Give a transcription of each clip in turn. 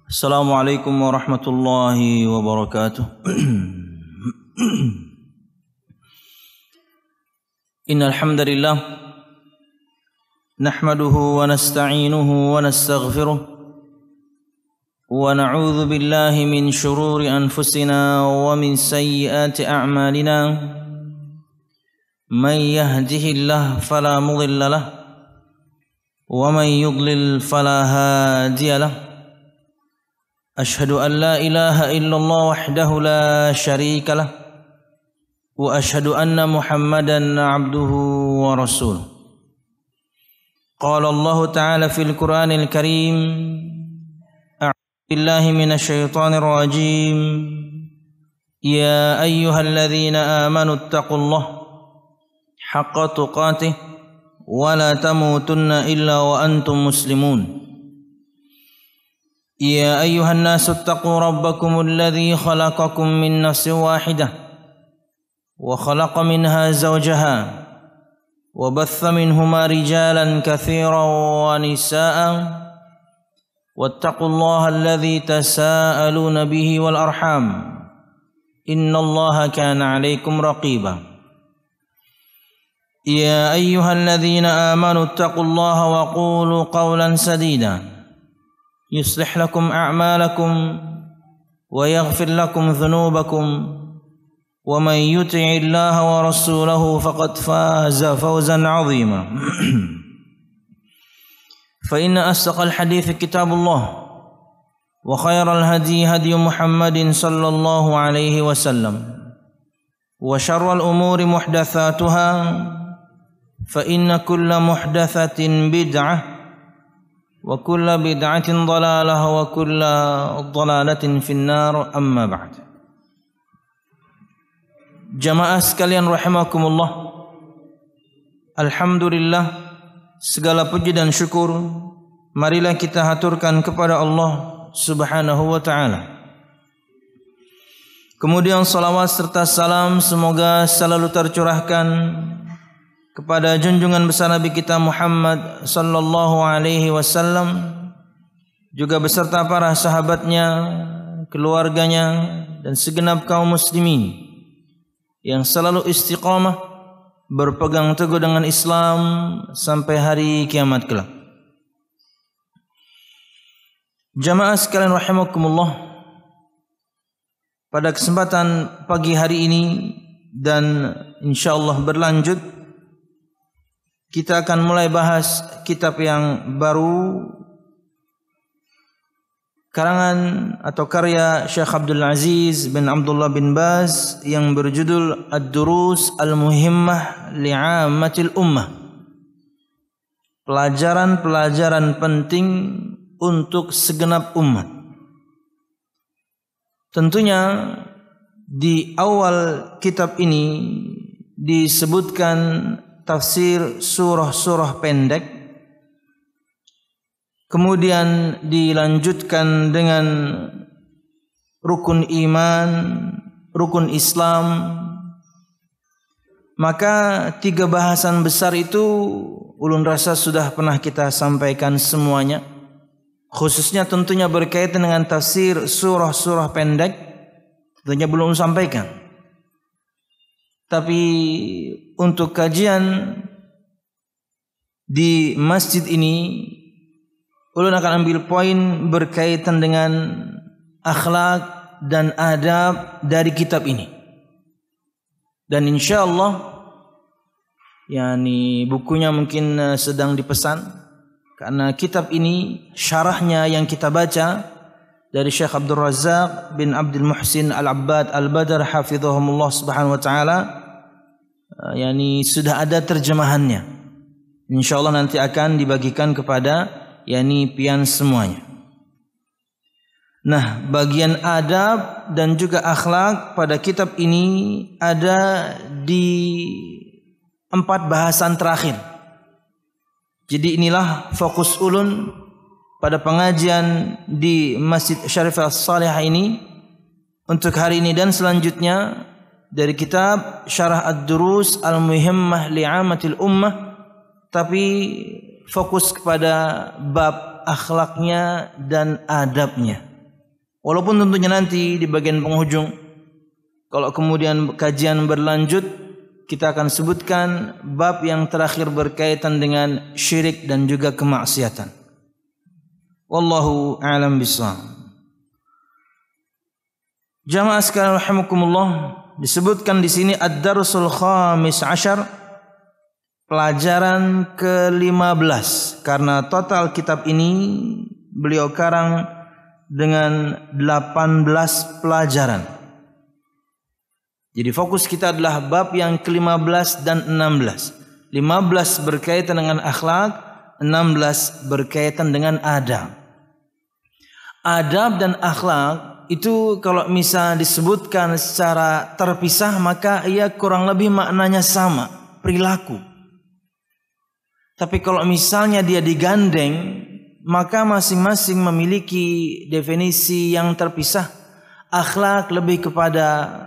Assalamualaikum warahmatullahi wabarakatuh. Innal hamdalillah nahmaduhu wa nasta'inuhu wa nastaghfiruh wa na'udzu billahi min shururi anfusina wa min sayyiati a'malina. Man yahdihillahu fala mudilla lahu wa man yudlil fala hadiya lahu. Ashhadu an la ilaha illallah wahdahu la syarika lah wa ashhadu anna Muhammadan abduhu wa rasuluh. Qala Allah ta'ala fil Qur'anil Karim, a'udzu billahi minasy syaithanir rajim. Ya ayyuhalladzina amanu taqullaha haqqa tuqatih wa la tamutunna illa wa antum muslimun. يا أيها الناس اتقوا ربكم الذي خلقكم من نفس واحدة وخلق منها زوجها وبث منهما رجالا كثيرا ونساء واتقوا الله الذي تساءلون به والأرحام إن الله كان عليكم رقيبا. يا أيها الذين آمنوا اتقوا الله وقولوا قولا سديدا يصلح لكم أعمالكم ويغفر لكم ذنوبكم ومن يطع الله ورسوله فقد فاز فوزا عظيما. فإن أصدق الحديث كتاب الله وخير الهدي هدي محمد صلى الله عليه وسلم وشر الأمور محدثاتها فإن كل محدثة بدعة وكل بدعة ضلالة وكل ضلالة في النار أما بعد. Jamaah sekalian rahimakumullah, alhamdulillah, segala puji dan syukur marilah kita haturkan kepada Allah Subhanahu wa taala. Kemudian salawat serta salam semoga selalu tercurahkan kepada junjungan besar Nabi kita Muhammad sallallahu alaihi wasallam, juga beserta para sahabatnya, keluarganya dan segenap kaum muslimin yang selalu istiqamah berpegang teguh dengan Islam sampai hari kiamat kelak. Jamaah sekalian rahimakumullah, pada kesempatan pagi hari ini dan insyaallah berlanjut, kita akan mulai bahas kitab yang baru karangan atau karya Syekh Abdul Aziz bin Abdullah bin Baz yang berjudul Ad-Durus Al-Muhimmah Li'ammatil Ummah. Pelajaran-pelajaran penting untuk segenap umat. Tentunya di awal kitab ini disebutkan tafsir surah-surah pendek, kemudian dilanjutkan dengan rukun iman, rukun Islam. Maka tiga bahasan besar itu ulun rasa sudah pernah kita sampaikan semuanya, khususnya tentunya berkaitan dengan tafsir surah-surah pendek tentunya belum sampaikan. Tapi untuk kajian di masjid ini, ulun akan ambil poin berkaitan dengan akhlak dan adab dari kitab ini. Dan insyaallah, bukunya mungkin sedang dipesan, karena kitab ini syarahnya yang kita baca dari Syekh Abdul Razak bin Abdul Muhsin Al-Abbad Al-Badr hafizahumullah subhanahu wa ta'ala, sudah ada terjemahannya. Insyaallah nanti akan dibagikan kepada pian semuanya. Nah, bagian adab dan juga akhlak pada kitab ini ada di 4 bahasan terakhir. Jadi inilah fokus ulun pada pengajian di Masjid Syarif As-Salihah ini untuk hari ini dan selanjutnya dari kitab Syarah Ad-Durus Al-Muhimmah Li'ammatil Ummah, tapi fokus kepada bab akhlaknya dan adabnya. Walaupun tentunya nanti di bagian penghujung, kalau kemudian kajian berlanjut, kita akan sebutkan bab yang terakhir berkaitan dengan syirik dan juga kemaksiatan. Wallahu a'lam bishawab. Jamaah sekalian rahimakumullah, disebutkan di sini ad-darsul khamis asyar, pelajaran ke-15, karena total kitab ini beliau karang dengan 18 pelajaran. Jadi fokus kita adalah bab yang ke-15 dan 16. 15 berkaitan dengan akhlak, 16 berkaitan dengan adab. Adab dan akhlak itu kalau misal disebutkan secara terpisah, maka ia kurang lebih maknanya sama, perilaku. Tapi kalau misalnya dia digandeng, maka masing-masing memiliki definisi yang terpisah. Akhlak lebih kepada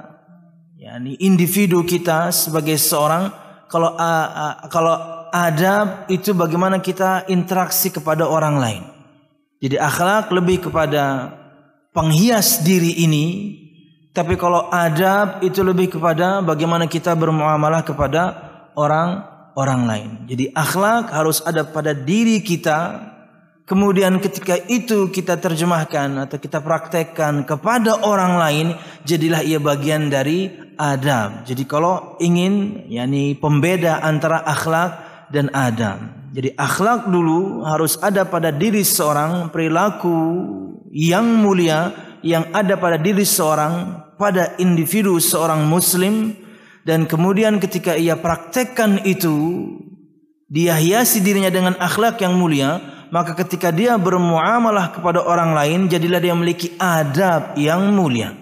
individu kita sebagai seorang. Kalau adab itu bagaimana kita interaksi kepada orang lain. Jadi akhlak lebih kepada penghias diri ini. Tapi kalau adab itu lebih kepada bagaimana kita bermuamalah kepada orang lain. Jadi akhlak harus ada pada diri kita. Kemudian ketika itu kita terjemahkan atau kita praktekkan kepada orang lain, jadilah ia bagian dari adab. Jadi kalau ingin pembeda antara akhlak dan adab. Jadi akhlak dulu harus ada pada diri seorang, perilaku yang mulia yang ada pada diri seorang, pada individu seorang muslim, dan kemudian ketika ia praktekkan itu, dia hiasi dirinya dengan akhlak yang mulia, maka ketika dia bermuamalah kepada orang lain, jadilah dia memiliki adab yang mulia.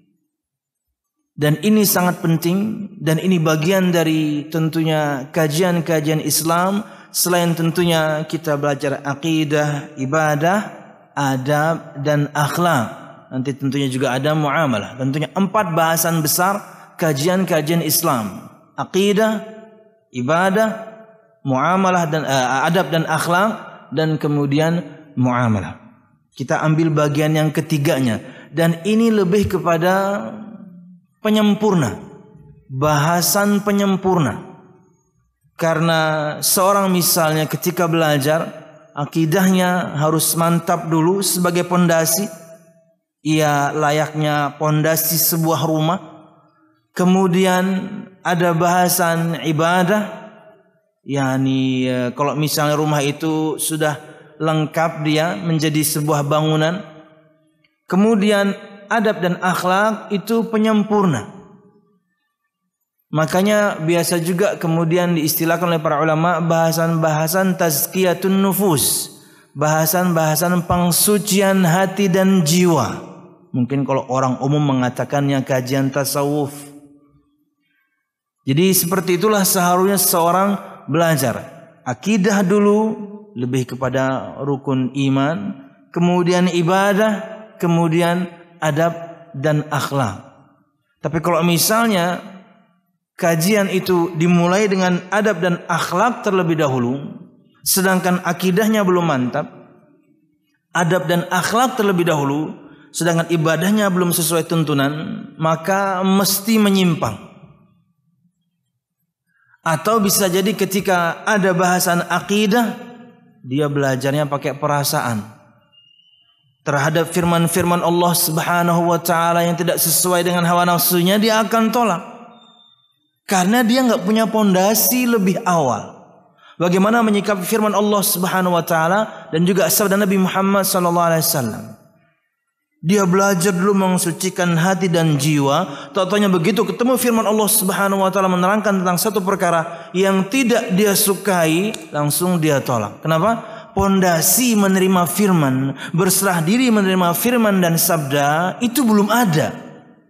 Dan ini sangat penting, dan ini bagian dari tentunya kajian-kajian Islam. Selain tentunya kita belajar akidah, ibadah, adab, dan akhlak. Nanti tentunya juga ada muamalah. Tentunya 4 bahasan besar kajian-kajian Islam: akidah, ibadah, muamalah, dan adab dan akhlak, dan kemudian muamalah. Kita ambil bagian yang ketiganya, dan ini lebih kepada penyempurna, bahasan penyempurna. Karena seorang misalnya ketika belajar, akidahnya harus mantap dulu sebagai pondasi. Ia layaknya pondasi sebuah rumah. Kemudian ada bahasan ibadah. Kalau misalnya rumah itu sudah lengkap, dia menjadi sebuah bangunan. Kemudian adab dan akhlak itu penyempurna. Makanya biasa juga kemudian diistilahkan oleh para ulama bahasan-bahasan tazkiyatun nufus, bahasan-bahasan pengsucian hati dan jiwa. Mungkin kalau orang umum mengatakannya kajian tasawuf. Jadi seperti itulah seharusnya seorang belajar. Akidah dulu, lebih kepada rukun iman, kemudian ibadah, kemudian adab dan akhlak. Tapi kalau misalnya kajian itu dimulai dengan adab dan akhlak terlebih dahulu, sedangkan akidahnya belum mantap, adab dan akhlak terlebih dahulu, sedangkan ibadahnya belum sesuai tuntunan, maka mesti menyimpang. Atau bisa jadi ketika ada bahasan akidah, dia belajarnya pakai perasaan terhadap firman-firman Allah Subhanahu wa taala yang tidak sesuai dengan hawa nafsunya, dia akan tolak. Karena dia enggak punya pondasi lebih awal. Bagaimana menyikapi firman Allah Subhanahu wa taala dan juga sabda Nabi Muhammad sallallahu alaihi wasallam. Dia belajar dulu mensucikan hati dan jiwa. Tahu-tahunya begitu ketemu firman Allah Subhanahu wa taala menerangkan tentang satu perkara yang tidak dia sukai, langsung dia tolak. Kenapa? Pondasi menerima firman, berserah diri menerima firman dan sabda itu belum ada.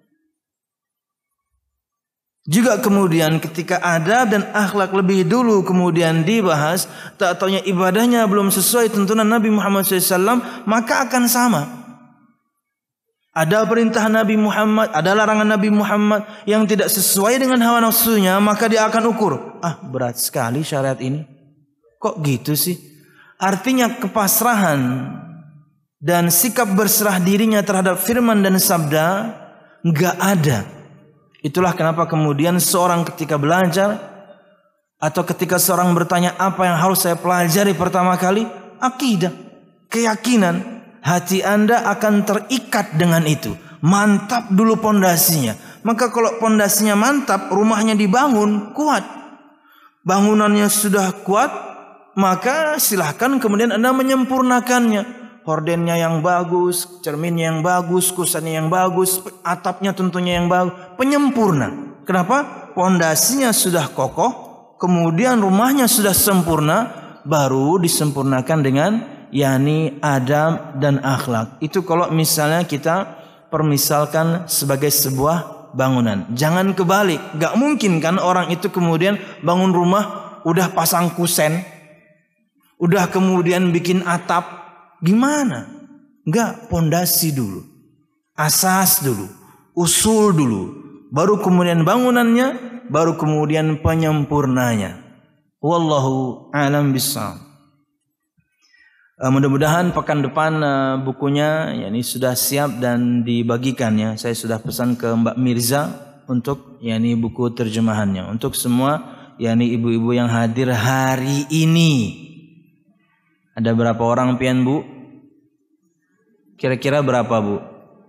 Juga kemudian ketika adab dan akhlak lebih dulu kemudian dibahas, tak taunya ibadahnya belum sesuai tuntunan Nabi Muhammad SAW, maka akan sama. Ada perintah Nabi Muhammad, ada larangan Nabi Muhammad yang tidak sesuai dengan hawa nafsunya, maka dia akan ukur. Berat sekali syariat ini. Kok gitu sih? Artinya kepasrahan dan sikap berserah dirinya terhadap firman dan sabda nggak ada. Itulah kenapa kemudian seorang ketika belajar atau ketika seorang bertanya apa yang harus saya pelajari pertama kali, akidah, keyakinan. Hati Anda akan terikat dengan itu. Mantap dulu pondasinya. Maka kalau pondasinya mantap, rumahnya dibangun kuat. Bangunannya sudah kuat, maka silahkan kemudian Anda menyempurnakannya. Hordennya yang bagus, cerminnya yang bagus, kusennya yang bagus, atapnya tentunya yang bagus. Penyempurna. Kenapa? Pondasinya sudah kokoh, kemudian rumahnya sudah sempurna, baru disempurnakan dengan yakni adab dan akhlak. Itu kalau misalnya kita permisalkan sebagai sebuah bangunan. Jangan kebalik. Gak mungkin kan orang itu kemudian bangun rumah udah pasang kusen, udah kemudian bikin atap. Gimana? Gak, pondasi dulu, asas dulu, usul dulu, baru kemudian bangunannya, baru kemudian penyempurnanya. Wallahu a'lam bishawab. Mudah-mudahan pekan depan bukunya yakni sudah siap dan dibagikan ya. Saya sudah pesan ke Mbak Mirza untuk yakni buku terjemahannya. Untuk semua yakni ibu-ibu yang hadir hari ini. Ada berapa orang pian Bu? Kira-kira berapa Bu?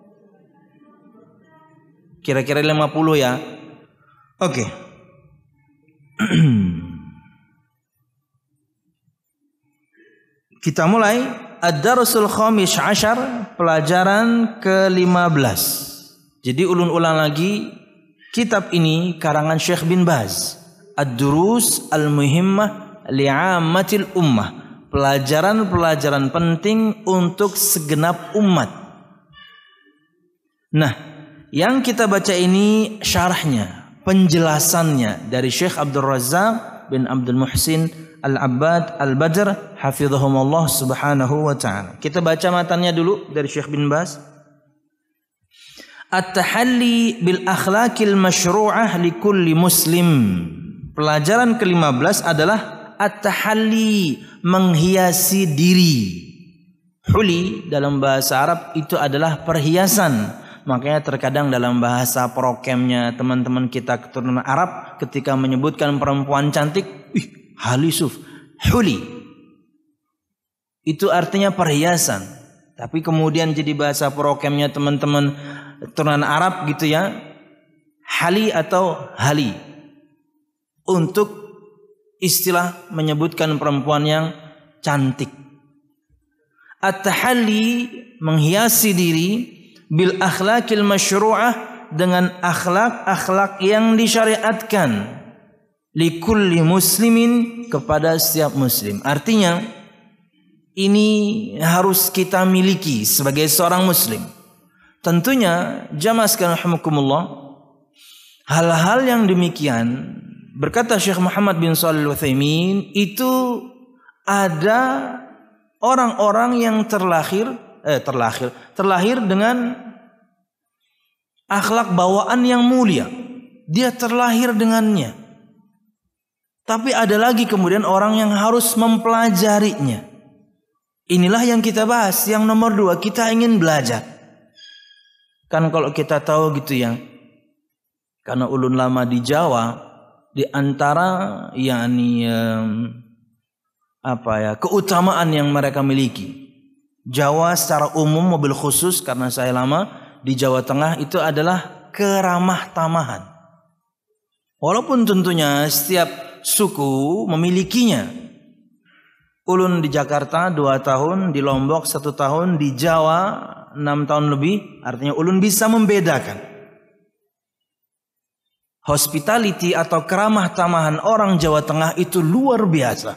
Kira-kira 50 ya. Oke. Kita mulai Ad-Darsul Khamis Ashar, pelajaran ke-15. Jadi ulun-ulang lagi kitab ini karangan Syekh bin Baz, Ad-Durus Al-Muhimmah Li'ammatil Ummah, pelajaran-pelajaran penting untuk segenap umat. Nah, yang kita baca ini syarahnya, penjelasannya dari Syekh Abdul Razzaq bin Abdul Muhsin Al-Abbad Al-Badr hafizahumullah subhanahu wa ta'ala. Kita baca matannya dulu dari Syekh bin Baz. At-tahalli bil akhlaqil masyru'ah li kulli muslim. Pelajaran ke-15 adalah at-tahalli, menghiasi diri. Huli dalam bahasa Arab itu adalah perhiasan. Makanya terkadang dalam bahasa prokemnya teman-teman kita keturunan Arab ketika menyebutkan perempuan cantik, halisuf, huli. Itu artinya perhiasan. Tapi kemudian jadi bahasa prokemnya teman-teman keturunan Arab gitu ya, hali atau hali. Untuk istilah menyebutkan perempuan yang cantik. At-tahalli, menghiasi diri, bil akhlaqil masyru'ah, dengan akhlak-akhlak yang disyariatkan, likulli muslimin, kepada setiap muslim. Artinya ini harus kita miliki sebagai seorang muslim. Tentunya jamaah sekalian rahimakumullah, hal-hal yang demikian, berkata Syekh Muhammad bin Shalih Al-Utsaimin, itu ada orang-orang yang terlahir dengan akhlak bawaan yang mulia. Dia terlahir dengannya. Tapi ada lagi kemudian orang yang harus mempelajarinya. Inilah yang kita bahas. Yang nomor 2, kita ingin belajar. Kan kalau kita tahu gitu ya, karena ulun lama di Jawa, di antara yakni keutamaan yang mereka miliki, Jawa secara umum, mobil khusus karena saya lama di Jawa Tengah, itu adalah keramah tamahan. Walaupun tentunya setiap suku memilikinya. Ulun di Jakarta 2 tahun, di Lombok 1 tahun, di Jawa 6 tahun lebih. Artinya ulun bisa membedakan. Hospitality atau keramah tamahan orang Jawa Tengah itu luar biasa.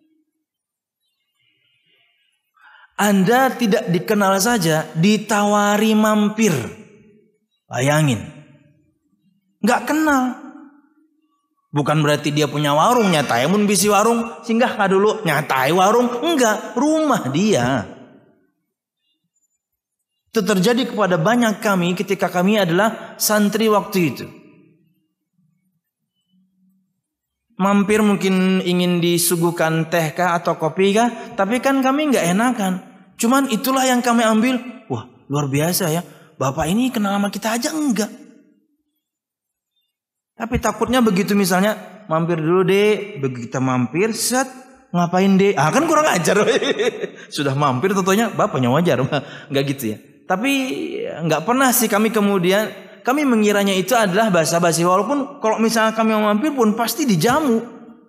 Anda tidak dikenal saja ditawari mampir. Bayangin. Gak kenal. Bukan berarti dia punya warung, nyatai mun bisi warung, singgah ka dulu, nyatai warung. Enggak, rumah dia. Itu terjadi kepada banyak kami ketika kami adalah santri waktu itu. Mampir mungkin ingin disuguhkan teh kah atau kopi kah, tapi kan kami enggak enakan. Cuman itulah yang kami ambil. Wah, luar biasa ya. Bapak ini kenal sama kita aja enggak. Tapi takutnya begitu misalnya, mampir dulu deh. Begitu kita mampir, set, ngapain deh? Ah kan kurang ajar. Sudah mampir tentunya bapaknya wajar. Enggak gitu ya. Tapi enggak pernah sih kami kemudian, kami mengiranya itu adalah basa-basi. Walaupun kalau misalnya kami mau mampir pun pasti dijamu.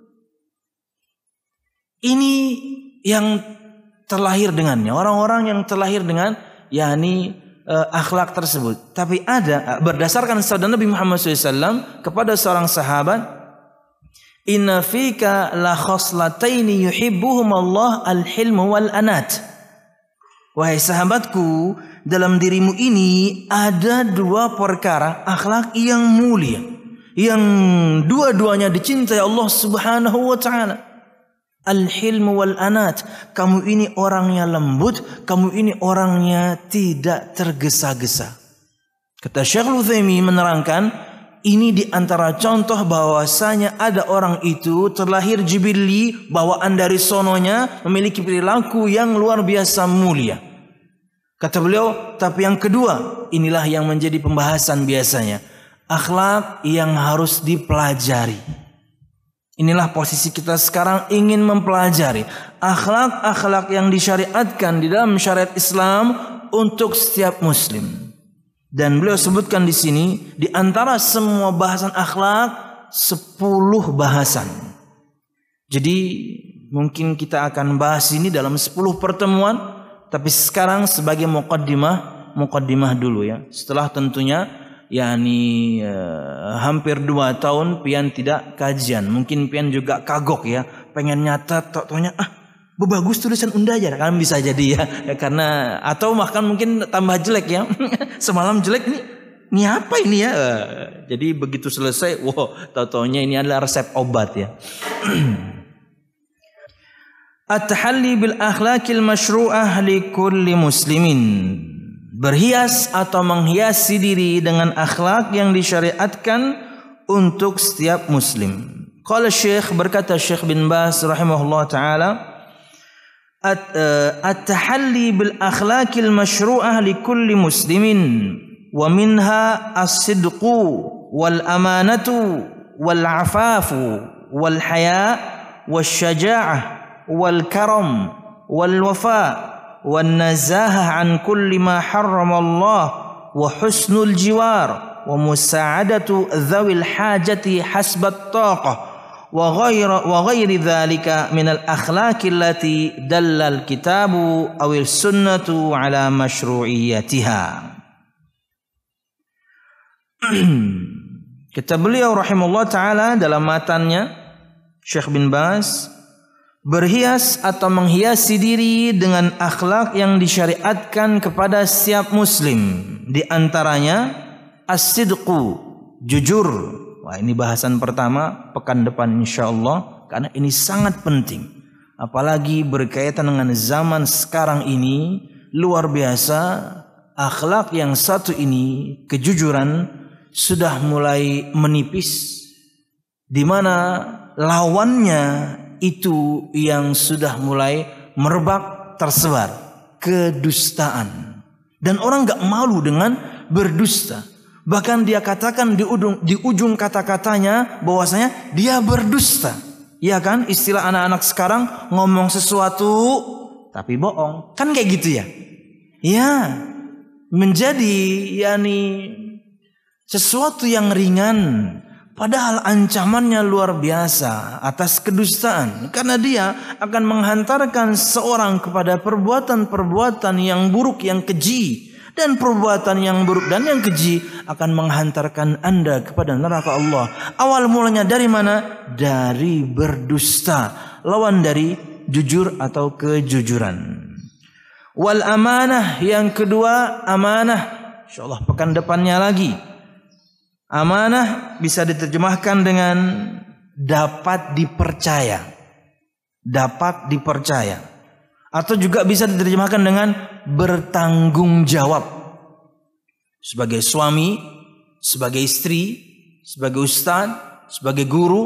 Ini yang terlahir dengannya. Orang-orang yang terlahir dengan yakni akhlak tersebut. Tapi ada berdasarkan sabda Nabi Muhammad SAW kepada seorang sahabat, inna fika la khoslataini yuhibbuhum Allah al-hilmu wal anat. Wahai sahabatku, dalam dirimu ini ada dua perkara akhlak yang mulia, yang dua-duanya dicintai Allah Subhanahu wa taala. Al-hilmu wal anat. Kamu ini orangnya lembut, kamu ini orangnya tidak tergesa-gesa. Kata Syekh Al-Utsaimin menerangkan, ini di antara contoh bahwasanya ada orang itu terlahir jibilli, bawaan dari sononya, memiliki perilaku yang luar biasa mulia. Kata beliau, tapi yang kedua, inilah yang menjadi pembahasan biasanya. Akhlak yang harus dipelajari. Inilah posisi kita sekarang, ingin mempelajari akhlak-akhlak yang disyariatkan di dalam syariat Islam untuk setiap muslim. Dan beliau sebutkan di sini, di antara semua bahasan akhlak 10 bahasan. Jadi mungkin kita akan bahas ini dalam 10 pertemuan, tapi sekarang sebagai muqaddimah dulu ya. Setelah tentunya yakni hampir 2 tahun pian tidak kajian. Mungkin pian juga kagok ya, pengen nyatet taunya bagus tulisan Unda aja kan, bisa jadi ya. Karena atau bahkan mungkin tambah jelek ya. Semalam jelek ini apa ini ya? Jadi begitu selesai, wow, taunya ini adalah resep obat ya. At-tahalli bil akhlaqil masyru'ah li kulli muslimin. Berhias atau menghiasi diri dengan akhlak yang disyariatkan untuk setiap muslim. Qala Syekh, berkata Syekh bin Baz rahimahullah taala, at-tahalli bil akhlaqil masyru'ah li kulli muslimin wa minha as-sidqu wal amanatu wal afafu wal haya wasyaja'ah wal karam wal wafa والنزاهة عن كل ما حرم الله وحسن الجوار ومساعدة ذوي الحاجة حسب الطاقة وغير ذلك من الأخلاق التي دل الكتاب أو السنة على مشروعيتها. Kata beliau rahimahullah ta'ala dalam matannya Syekh bin Baz, berhias atau menghiasi diri dengan akhlak yang disyariatkan kepada setiap muslim. Di antaranya as-sidqu, jujur. Wah, ini bahasan pertama pekan depan insyaallah, karena ini sangat penting. Apalagi berkaitan dengan zaman sekarang ini, luar biasa. Akhlak yang satu ini, kejujuran, sudah mulai menipis, di mana lawannya itu yang sudah mulai merebak, tersebar, kedustaan. Dan orang gak malu dengan berdusta. Bahkan dia katakan di ujung kata-katanya bahwasanya dia berdusta. Ya kan, istilah anak-anak sekarang ngomong sesuatu tapi bohong. Kan kayak gitu ya. Ya, menjadi yakni sesuatu yang ringan, padahal ancamannya luar biasa atas kedustaan. Karena dia akan menghantarkan seorang kepada perbuatan-perbuatan yang buruk, yang keji. Dan perbuatan yang buruk dan yang keji akan menghantarkan Anda kepada neraka Allah. Awal mulanya dari mana? Dari berdusta. Lawan dari jujur atau kejujuran. Wal amanah, yang kedua amanah. InsyaAllah pekan depannya lagi. Amanah bisa diterjemahkan dengan dapat dipercaya. Dapat dipercaya. Atau juga bisa diterjemahkan dengan bertanggung jawab. Sebagai suami, sebagai istri, sebagai ustaz, sebagai guru.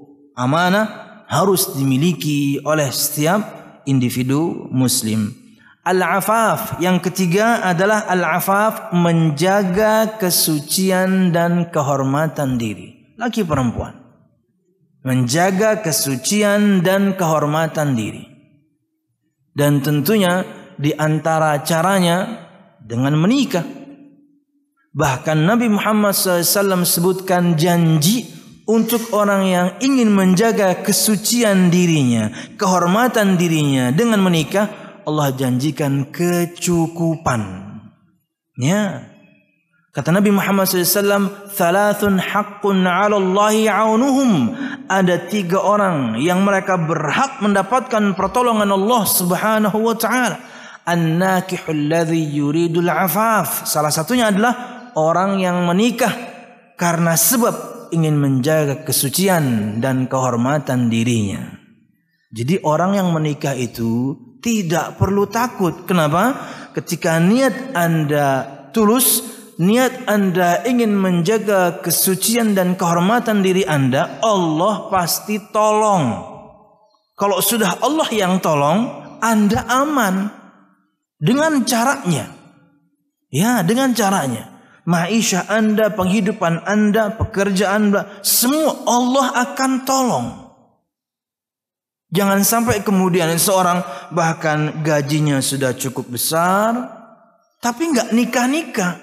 Amanah harus dimiliki oleh setiap individu muslim. Al-afaf, yang ketiga adalah al-afaf, menjaga kesucian dan kehormatan diri. Laki perempuan, menjaga kesucian dan kehormatan diri. Dan tentunya di antara caranya dengan menikah. Bahkan Nabi Muhammad SAW sebutkan janji untuk orang yang ingin menjaga kesucian dirinya, kehormatan dirinya dengan menikah. Allah janjikan kecukupan. Ya. Kata Nabi Muhammad SAW, "Thalathun haqqun 'ala Allahi 'aunuhum." Ada 3 orang yang mereka berhak mendapatkan pertolongan Allah Subhanahu wa taala. An-nakihul ladzi yuridul 'afaf. Salah satunya adalah orang yang menikah karena sebab ingin menjaga kesucian dan kehormatan dirinya. Jadi orang yang menikah itu tidak perlu takut. Kenapa? Ketika niat Anda tulus, niat Anda ingin menjaga kesucian dan kehormatan diri Anda, Allah pasti tolong. Kalau sudah Allah yang tolong, Anda aman. Dengan caranya. Ya, dengan caranya. Maisha Anda, penghidupan Anda, pekerjaan Anda, semua Allah akan tolong. Jangan sampai kemudian seorang bahkan gajinya sudah cukup besar, tapi nggak nikah-nikah.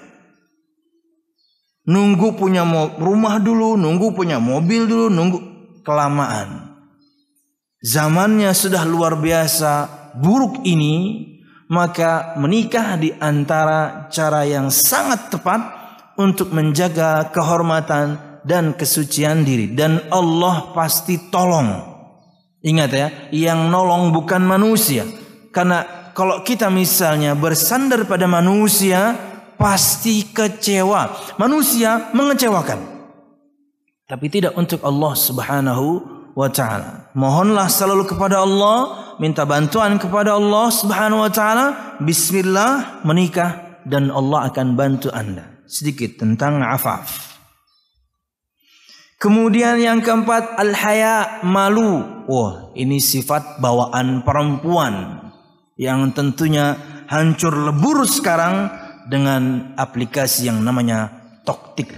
Nunggu punya rumah dulu, nunggu punya mobil dulu, nunggu kelamaan. Zamannya sudah luar biasa buruk ini, maka menikah di antara cara yang sangat tepat untuk menjaga kehormatan dan kesucian diri. Dan Allah pasti tolong. Ingat ya, yang nolong bukan manusia. Karena kalau kita misalnya bersandar pada manusia, pasti kecewa. Manusia mengecewakan. Tapi tidak untuk Allah Subhanahu wa ta'ala. Mohonlah selalu kepada Allah, minta bantuan kepada Allah Subhanahu wa ta'ala. Bismillah, menikah, dan Allah akan bantu Anda. Sedikit tentang afaf. Kemudian yang keempat, al-haya, malu. Wah, ini sifat bawaan perempuan yang tentunya hancur lebur sekarang dengan aplikasi yang namanya TokTik.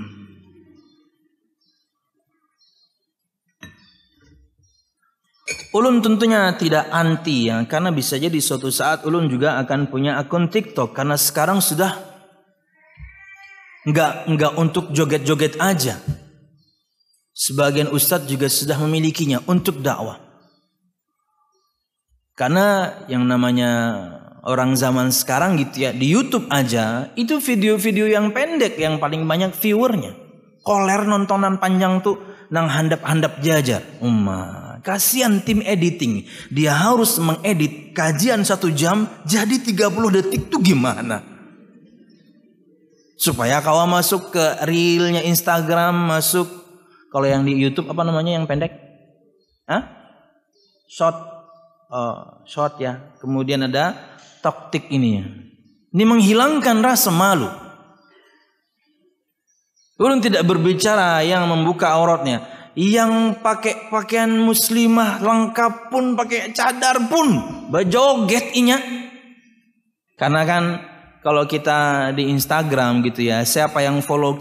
Ulun tentunya tidak anti ya, karena bisa jadi suatu saat ulun juga akan punya akun TikTok, karena sekarang sudah enggak untuk joget-joget aja. Sebagian ustadz juga sudah memilikinya untuk dakwah. Karena yang namanya orang zaman sekarang gitu ya, di YouTube aja itu video-video yang pendek yang paling banyak viewernya. Koler nontonan panjang tuh nang handap-handap jajar. Kasihan tim editing. Dia harus mengedit kajian 1 jam jadi 30 detik tuh gimana? Supaya kau masuk ke reelnya Instagram, masuk. Kalau yang di YouTube apa namanya yang pendek? Short ya. Kemudian ada TokTik ini. Ini menghilangkan rasa malu. Ulun tidak berbicara yang membuka auratnya, yang pakai pakaian muslimah lengkap pun, pakai cadar pun, bajoget inya. Karena kan kalau kita di Instagram gitu ya, siapa yang follow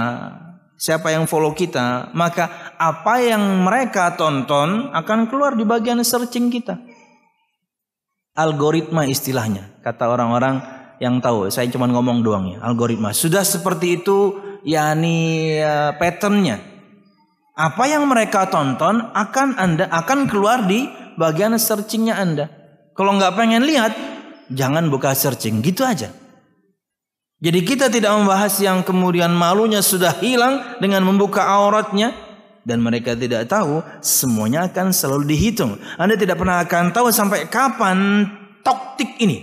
kita, maka apa yang mereka tonton akan keluar di bagian searching kita. Algoritma istilahnya, kata orang-orang yang tahu. Saya cuma ngomong doang ya, algoritma. Sudah seperti itu, yakni patternnya. Apa yang mereka tonton akan keluar di bagian searchingnya Anda. Kalau nggak pengen lihat, jangan buka searching, gitu aja. Jadi kita tidak membahas yang kemudian malunya sudah hilang dengan membuka auratnya. Dan mereka tidak tahu, semuanya akan selalu dihitung. Anda tidak pernah akan tahu sampai kapan TokTik ini.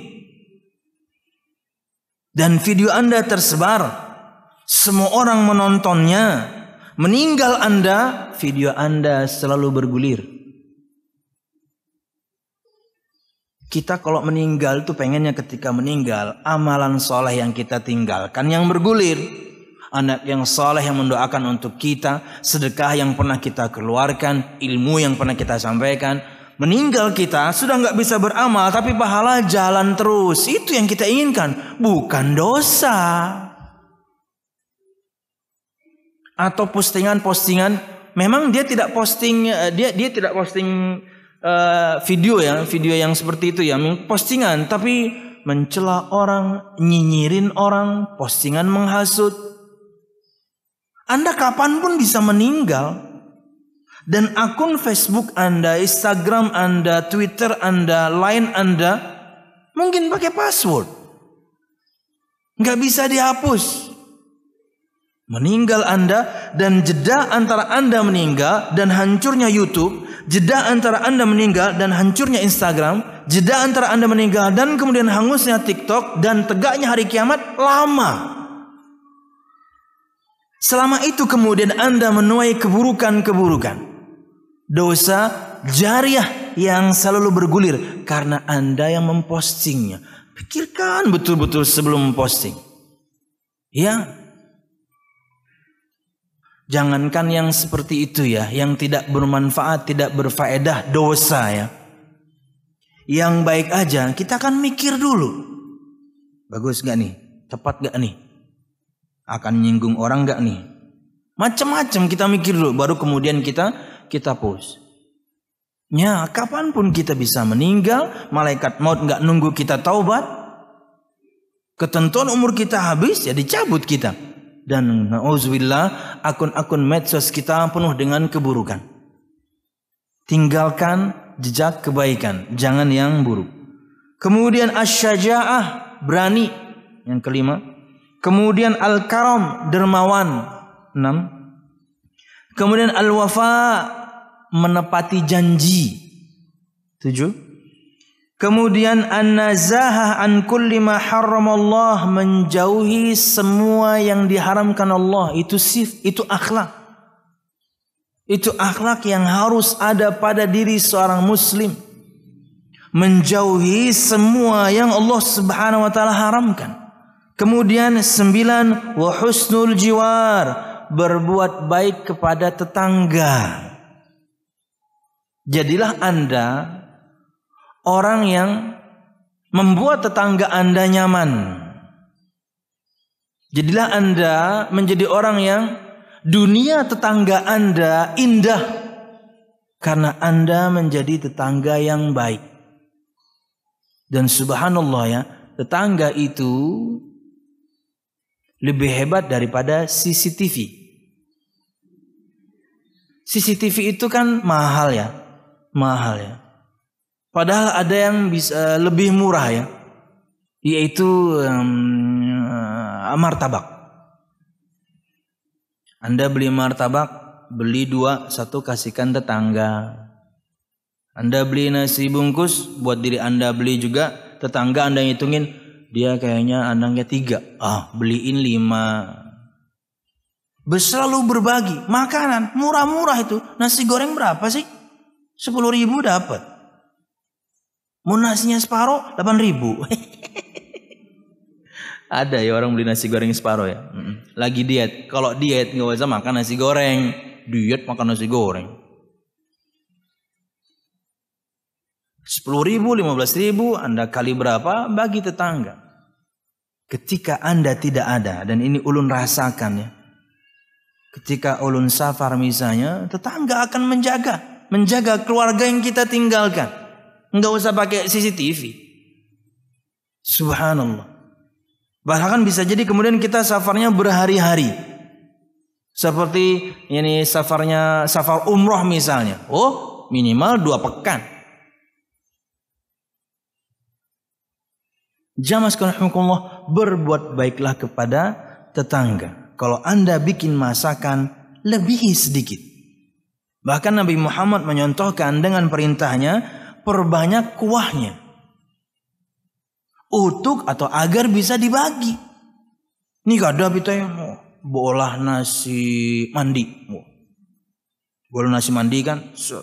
Dan video Anda tersebar, semua orang menontonnya. Meninggal Anda, video Anda selalu bergulir. Kita kalau meninggal tuh pengennya ketika meninggal, amalan soleh yang kita tinggalkan yang bergulir. Anak yang soleh yang mendoakan untuk kita, sedekah yang pernah kita keluarkan, ilmu yang pernah kita sampaikan. Meninggal kita sudah nggak bisa beramal, tapi pahala jalan terus. Itu yang kita inginkan, bukan dosa. Atau postingan-postingan, memang dia tidak posting, dia tidak posting video yang seperti itu ya, postingan, tapi mencela orang, nyinyirin orang, postingan menghasut. Anda kapanpun bisa meninggal. Dan akun Facebook Anda, Instagram Anda, Twitter Anda, Line Anda mungkin pakai password, nggak bisa dihapus. Meninggal Anda, dan jeda antara Anda meninggal dan hancurnya YouTube, jeda antara Anda meninggal dan hancurnya Instagram, jeda antara Anda meninggal dan kemudian hangusnya TikTok dan tegaknya hari kiamat lama. Selama itu kemudian Anda menuai keburukan-keburukan, dosa jariah yang selalu bergulir karena Anda yang mempostingnya. Pikirkan betul-betul sebelum memposting. Ya. Jangankan yang seperti itu ya, yang tidak bermanfaat, tidak berfaedah, dosa ya. Yang baik aja kita akan mikir dulu. Bagus gak nih? Tepat gak nih? Akan nyinggung orang gak nih? Macam-macam kita mikir dulu, baru kemudian kita post. Ya, kapanpun kita bisa meninggal, malaikat maut nggak nunggu kita taubat. Ketentuan umur kita habis, ya dicabut kita. Dan na'udzubillah, akun-akun medsos kita penuh dengan keburukan. Tinggalkan jejak kebaikan, jangan yang buruk. Kemudian asyaja'ah, berani, yang kelima. Kemudian al-karam, dermawan, 6. Kemudian al-wafa, menepati janji, 7. Kemudian an-nazahah an kulli ma harramallah, menjauhi semua yang diharamkan Allah. Itu akhlak. Itu akhlak yang harus ada pada diri seorang muslim. Menjauhi semua yang Allah Subhanahu wa taala haramkan. Kemudian 9, wa husnul jiwar, berbuat baik kepada tetangga. Jadilah Anda orang yang membuat tetangga Anda nyaman. Jadilah Anda menjadi orang yang dunia tetangga Anda indah, karena Anda menjadi tetangga yang baik. Dan subhanallah ya, tetangga itu lebih hebat daripada CCTV. CCTV itu kan mahal ya. Padahal ada yang bisa lebih murah ya, yaitu martabak. Anda beli martabak, beli 2, 1 kasihkan tetangga. Anda beli nasi bungkus, buat diri Anda beli juga, tetangga Anda hitungin, dia kayaknya anaknya 3, beliin 5. Selalu berbagi makanan, murah-murah itu. Nasi goreng berapa sih? 10.000 dapat. Mau nasinya separuh 8.000. Ada ya orang beli nasi goreng separuh ya. Lagi diet. Kalau diet nggak usah makan nasi goreng. Diet makan nasi goreng. 10.000, 15.000, Anda kali berapa bagi tetangga. Ketika Anda tidak ada, dan ini ulun rasakan ya. Ketika ulun safar misalnya, tetangga akan menjaga keluarga yang kita tinggalkan. Enggak usah pakai CCTV. Subhanallah. Bahkan bisa jadi kemudian kita safarnya berhari-hari. Seperti ini safar umroh misalnya. Minimal 2 pekan. Jamaah sekalian, berbuat baiklah kepada tetangga. Kalau Anda bikin masakan, lebihi sedikit. Bahkan Nabi Muhammad menyontohkan dengan perintahnya, perbanyak kuahnya. Untuk atau agar bisa dibagi. Ini gak ada kita yang mau olah nasi mandi. Boleh nasi mandi kan?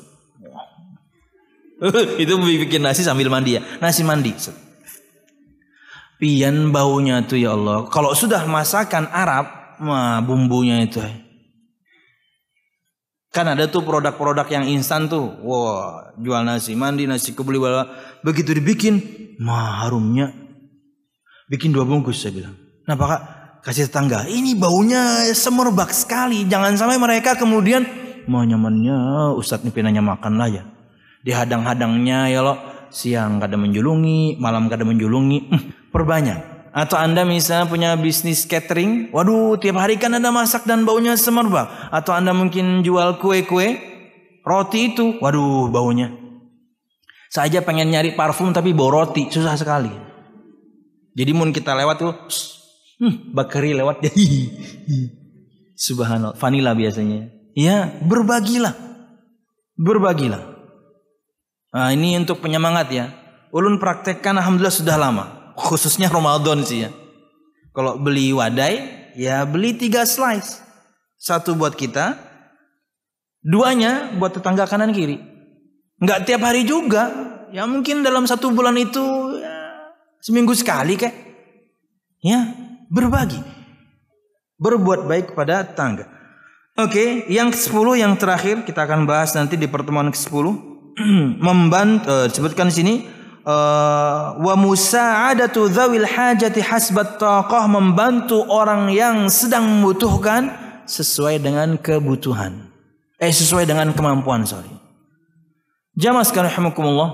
Itu bikin nasi sambil mandi ya. Nasi mandi. Pian baunya tuh ya Allah. Kalau sudah masakan Arab, bumbunya itu. Kan ada tuh produk-produk yang instan tuh. Wah, jual nasi mandi, nasi kebuli, begitu dibikin, harumnya. Bikin 2 bungkus saya bilang. Nah Pak, kasih tetangga. Ini baunya semerbak sekali. Jangan sampai mereka kemudian mau nyamannya Ustadz ini penanya makan lah ya. Dihadang-hadangnya ya loh. Siang kadang menjulungi, malam kadang menjulungi. Perbanyak. Atau Anda misalnya punya bisnis catering. Waduh, tiap hari kan Anda masak dan baunya semerbak. Atau Anda mungkin jual kue-kue, roti itu. Waduh, baunya. Saya aja pengen nyari parfum tapi bau roti. Susah sekali. Jadi mun kita lewat tuh, bakari lewat. Subhanallah. Vanilla biasanya. Ya, berbagilah. Berbagilah. Nah, ini untuk penyemangat ya. Ulun praktekkan alhamdulillah sudah lama. Khususnya Ramadan sih ya. Kalau beli wadai, ya beli 3 slice. 1 buat kita, 2-nya buat tetangga kanan kiri. Enggak tiap hari juga. Ya mungkin dalam 1 bulan itu ya, seminggu sekali kayak. Ya, berbagi. Berbuat baik kepada tetangga. Oke, yang ke-10 yang terakhir kita akan bahas nanti di pertemuan ke-10. Membantu sebutkan di sini wa musa'adatu dzawil hajati hasbat taqah, membantu orang yang sedang membutuhkan sesuai dengan kebutuhan. Sesuai dengan kemampuan, Jamaah sekalian rahimakumullah.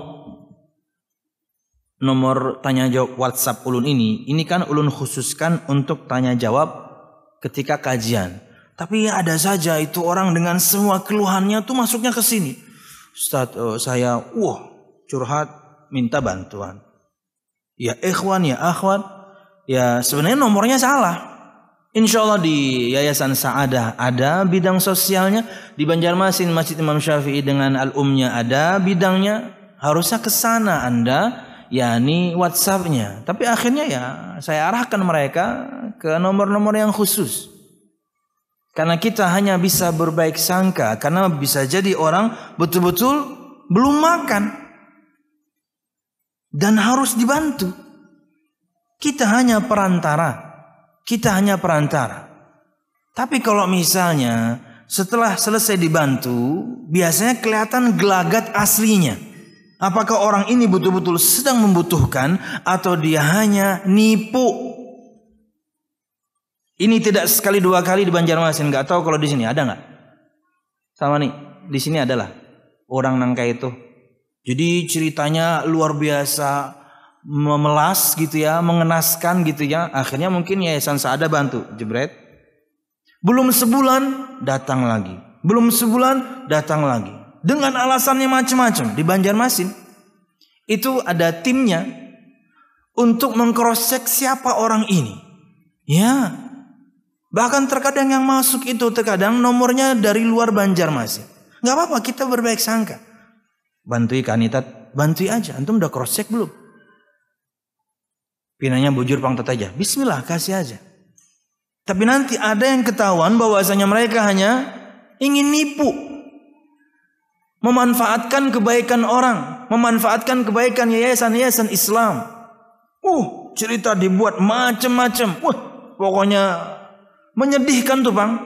Nomor tanya jawab WhatsApp ulun ini kan ulun khususkan untuk tanya jawab ketika kajian. Tapi ada saja itu orang dengan semua keluhannya tuh masuknya ke sini. Ustaz, saya curhat minta bantuan. Ya ikhwan, ya akhwat. Ya sebenarnya nomornya salah. Insya Allah di Yayasan Sa'adah ada bidang sosialnya. Di Banjarmasin Masjid Imam Syafi'i dengan Al-Umnya ada bidangnya. Harusnya ke sana Anda, yakni WhatsApp-nya. Tapi akhirnya ya saya arahkan mereka ke nomor-nomor yang khusus. Karena kita hanya bisa berbaik sangka. Karena bisa jadi orang betul-betul belum makan. Dan harus dibantu. Kita hanya perantara. Tapi kalau misalnya setelah selesai dibantu, biasanya kelihatan gelagat aslinya. Apakah orang ini betul-betul sedang membutuhkan atau dia hanya nipu? Ini tidak sekali 2 kali di Banjarmasin. Nggak tahu kalau di sini ada nggak? Sama nih, di sini adalah orang nangka itu. Jadi ceritanya luar biasa, memelas gitu ya, mengenaskan gitu ya. Akhirnya mungkin Yayasan Sa'adah bantu, jebret. Belum sebulan datang lagi. Dengan alasannya macam-macam di Banjarmasin. Itu ada timnya untuk meng-cross-check siapa orang ini. Ya. Bahkan terkadang yang masuk itu terkadang nomornya dari luar Banjarmasin. Enggak apa-apa, kita berbaik sangka. Bantui kanitat, bantui aja. Antum udah cross check belum? Pinanya bujur pangtat aja. Bismillah, kasih aja. Tapi nanti ada yang ketahuan bahwasanya mereka hanya ingin nipu. Memanfaatkan kebaikan orang, memanfaatkan kebaikan yayasan-yayasan Islam. Cerita dibuat macam-macam. Pokoknya menyedihkan tuh, Bang.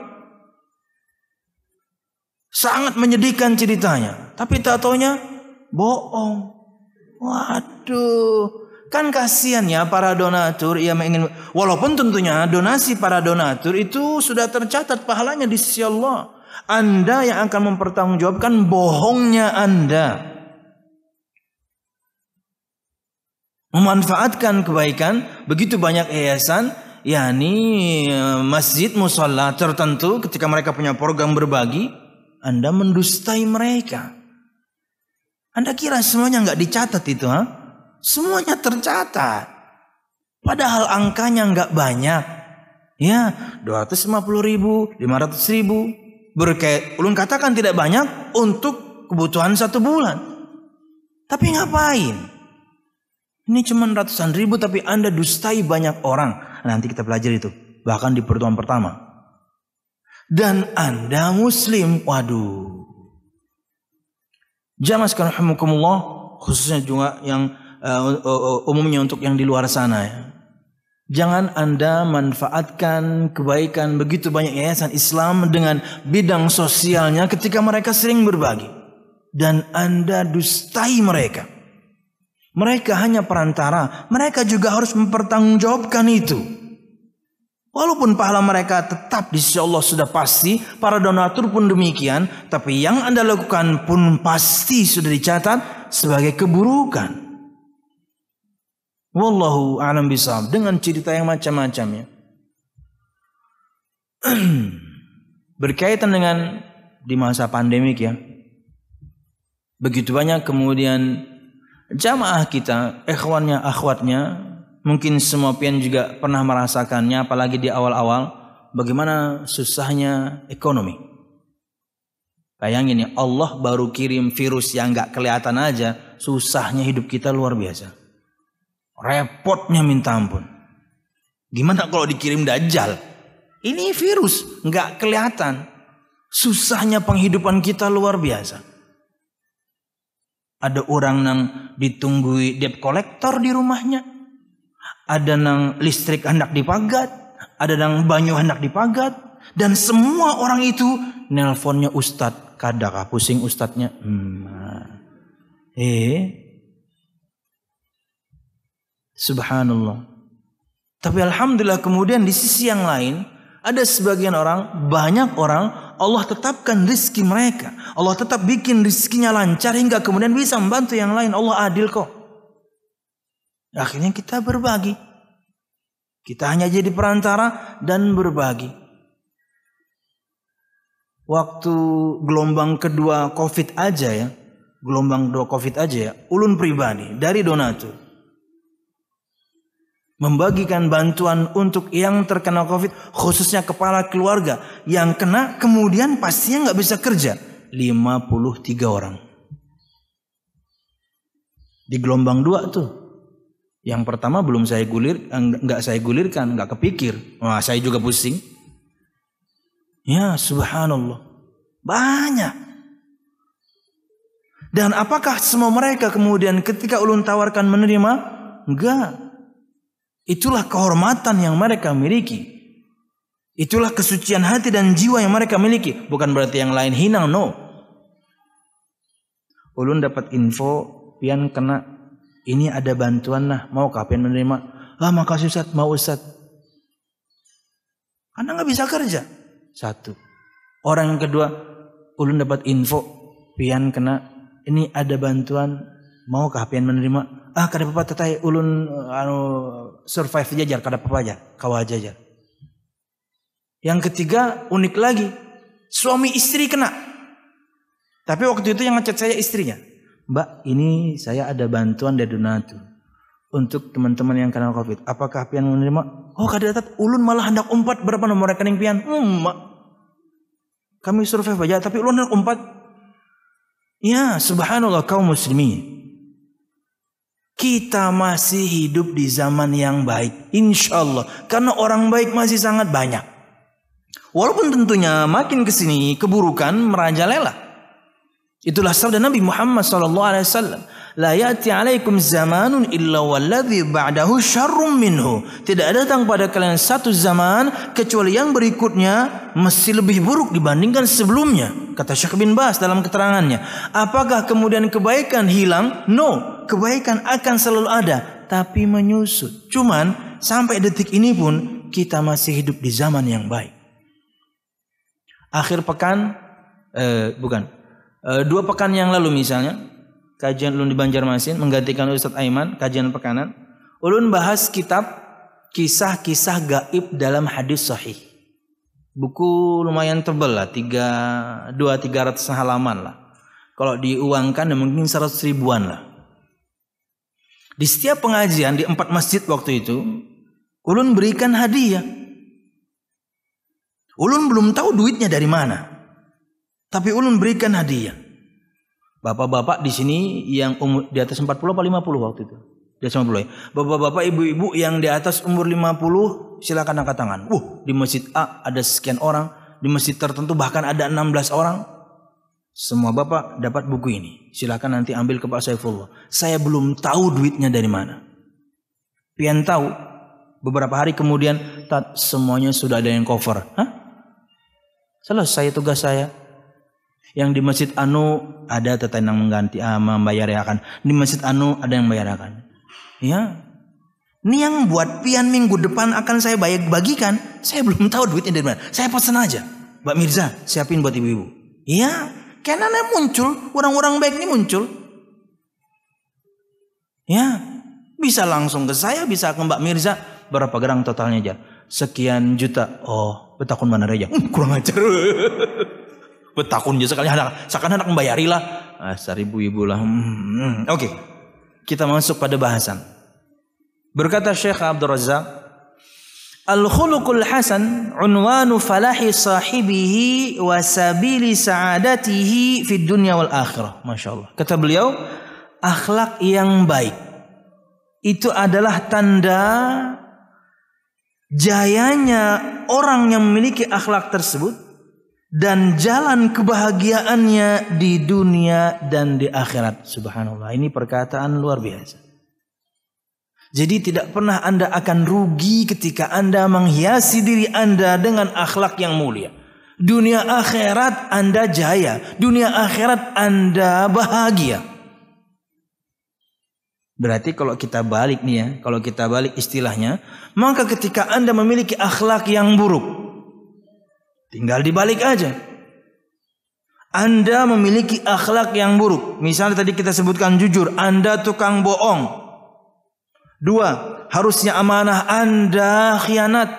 Sangat menyedihkan ceritanya. Tapi tak taunya bohong. Waduh. Kan kasihan ya para donatur yang ingin. Walaupun tentunya donasi para donatur itu sudah tercatat pahalanya di sisi Allah. Anda yang akan mempertanggungjawabkan bohongnya Anda. Memanfaatkan kebaikan. Begitu banyak yayasan, yakni masjid musalla tertentu ketika mereka punya program berbagi. Anda mendustai mereka. Anda kira semuanya nggak dicatat itu, Semuanya tercatat. Padahal angkanya nggak banyak. Ya, 250.000, 500.000. Ulun katakan tidak banyak untuk kebutuhan 1 bulan. Tapi ngapain? Ini cuma ratusan ribu tapi Anda dustai banyak orang. Nanti kita pelajari itu. Bahkan di pertemuan pertama. Dan Anda muslim. Waduh. Jamaah sekalian rahimakumullah, khususnya juga yang umumnya untuk yang di luar sana ya. Jangan Anda manfaatkan kebaikan begitu banyak yayasan Islam dengan bidang sosialnya ketika mereka sering berbagi. Dan Anda dustai mereka. Mereka hanya perantara. Mereka juga harus mempertanggungjawabkan itu. Walaupun pahala mereka tetap di sisi Allah sudah pasti. Para donatur pun demikian. Tapi yang Anda lakukan pun pasti sudah dicatat sebagai keburukan. Wallahu a'lam bishawab, dengan cerita yang macam-macamnya. Berkaitan dengan di masa pandemik ya. Begitu banyak kemudian jamaah kita, ikhwannya, akhwatnya, mungkin semua pian juga pernah merasakannya, apalagi di awal-awal, bagaimana susahnya ekonomi. Bayangin ya, Allah baru kirim virus yang gak kelihatan aja, susahnya hidup kita luar biasa. Repotnya minta ampun. Gimana kalau dikirim Dajjal? Ini virus, nggak kelihatan. Susahnya penghidupan kita luar biasa. Ada orang yang ditunggui debt collector di rumahnya. Ada yang listrik hendak dipagat. Ada yang banyu hendak dipagat. Dan semua orang itu nelponnya ustadz. Kadang pusing ustadznya. Subhanallah. Tapi alhamdulillah kemudian di sisi yang lain ada sebagian orang, banyak orang Allah tetapkan rizki mereka. Allah tetap bikin rizkinya lancar hingga kemudian bisa membantu yang lain. Allah adil kok. Akhirnya kita berbagi. Kita hanya jadi perantara dan berbagi. Waktu gelombang kedua COVID aja ya. Gelombang kedua COVID aja ya. Ulun pribadi dari donatur. Membagikan bantuan untuk yang terkena COVID, khususnya kepala keluarga yang kena kemudian pastinya nggak bisa kerja. 53 orang. Di gelombang 2 tuh. Yang pertama belum saya nggak saya gulirkan, nggak kepikir. Wah, saya juga pusing. Ya, subhanallah. Banyak. Dan apakah semua mereka kemudian ketika ulun tawarkan menerima? Enggak. Itulah kehormatan yang mereka miliki. Itulah kesucian hati dan jiwa yang mereka miliki. Bukan berarti yang lain hina, no. Ulun dapat info, pian kena, ini ada bantuan lah, maukah pian menerima? Makasih Ustaz, mau Ustaz. Karena nggak bisa kerja. Satu. Orang yang kedua, ulun dapat info, pian kena, ini ada bantuan, maukah pian menerima? Kada apa tatai ulun survive jajar, kada apa aja, kawa jajar. Yang ketiga unik lagi, suami istri kena. Tapi waktu itu yang ngechat saya istrinya, Mbak, ini saya ada bantuan dari donatur untuk teman-teman yang kena COVID. Apakah pian menerima? Oh kada dapat, ulun malah hendak umpat berapa nomor rekening pian? Mak, kami survive aja, tapi ulun hendak umpat. Ya, subhanallah kaum muslimin. Kita masih hidup di zaman yang baik, insya Allah. Karena orang baik masih sangat banyak. Walaupun tentunya makin kesini keburukan merajalela. Itulah sabda Nabi Muhammad SAW. La ya'ti alaikum zamanun illa walladhi ba'dahu syarrum minhu. Tidak datang pada kalian satu zaman kecuali yang berikutnya mesti lebih buruk dibandingkan sebelumnya. Kata Syekh bin Baz dalam keterangannya. Apakah kemudian kebaikan hilang? No. Kebaikan akan selalu ada. Tapi menyusut. Cuman sampai detik ini pun kita masih hidup di zaman yang baik. Akhir pekan. 2 pekan yang lalu misalnya. Kajian ulun di Banjarmasin menggantikan Ustadz Aiman, kajian pekanan. Ulun bahas kitab kisah-kisah gaib dalam hadis sahih. Buku lumayan tebal lah, 300 halaman lah. Kalau diuangkan mungkin 100 ribuan lah. Di setiap pengajian di 4 masjid waktu itu, ulun berikan hadiah. Ulun belum tahu duitnya dari mana. Tapi ulun berikan hadiah. Bapak-bapak di sini yang umur di atas 40 apa 50 waktu itu. Di atas 50 ya. Bapak-bapak, ibu-ibu yang di atas umur 50 silakan angkat tangan. Di masjid A ada sekian orang, di masjid tertentu bahkan ada 16 orang. Semua bapak dapat buku ini. Silakan nanti ambil ke Pak Saifullah. Saya belum tahu duitnya dari mana. Pian tahu Beberapa hari kemudian, semuanya sudah ada yang cover. Hah? Selesai tugas saya. Yang di masjid anu ada teteh yang mengganti, membayarkan. Di masjid anu ada yang membayarkan. Ya, ini yang buat pian minggu depan akan saya bagikan. Saya belum tahu duitnya dari mana. Saya pesan aja, Mbak Mirza siapin buat ibu-ibu. Iya, karena muncul orang-orang baik ini muncul. Ya, bisa langsung ke saya, bisa ke Mbak Mirza. Berapa gerang totalnya aja? Sekian juta. Oh, betakun mana aja? Kurang ajar. Betakun aja sekali anak membayari lah. Asar ibu-ibu lah. Oke. Kita masuk pada bahasan. Berkata Syekh Abdul Razak, al-khuluqul hasan unwanu falahi sahibihi wa sabili sa'adatihi fid dunya wal akhirah. Masyaallah. Kata beliau, akhlak yang baik itu adalah tanda jayanya orang yang memiliki akhlak tersebut dan jalan kebahagiaannya di dunia dan di akhirat. Subhanallah, ini perkataan luar biasa. Jadi tidak pernah Anda akan rugi ketika Anda menghiasi diri Anda dengan akhlak yang mulia. Dunia akhirat Anda jaya, dunia akhirat Anda bahagia. Berarti kalau kita balik nih ya, kalau kita balik istilahnya, maka ketika Anda memiliki akhlak yang buruk, tinggal dibalik aja. Anda memiliki akhlak yang buruk. Misalnya tadi kita sebutkan jujur, Anda tukang bohong. 2, harusnya amanah, Anda khianat.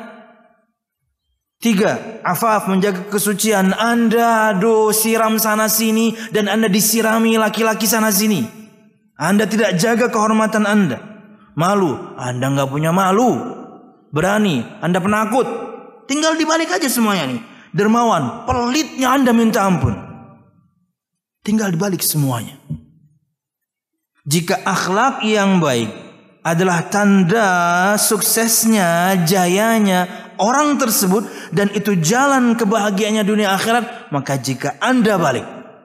3, afaf, menjaga kesucian, Anda siram sana sini dan Anda disirami laki-laki sana sini. Anda tidak jaga kehormatan Anda. Malu, Anda nggak punya malu. Berani, Anda penakut. Tinggal dibalik aja semuanya nih. Dermawan, pelitnya Anda minta ampun. Tinggal dibalik semuanya. Jika akhlak yang baik adalah tanda suksesnya, jayanya orang tersebut, dan itu jalan kebahagiaannya dunia akhirat, maka jika Anda balik,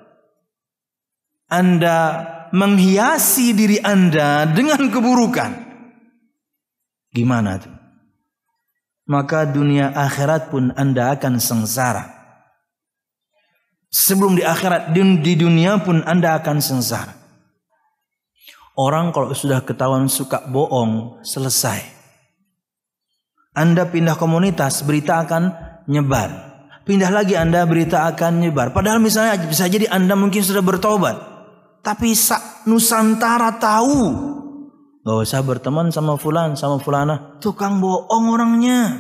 Anda menghiasi diri Anda dengan keburukan, gimana tuh? Maka dunia akhirat pun Anda akan sengsara. Sebelum di akhirat, di dunia pun Anda akan sengsara. Orang kalau sudah ketahuan suka bohong, selesai. Anda pindah komunitas, berita akan nyebar. Pindah lagi Anda, berita akan nyebar. Padahal misalnya bisa jadi Anda mungkin sudah bertobat, tapi Nusantara tahu, gak usah berteman sama fulan, sama fulana, tukang bohong orangnya.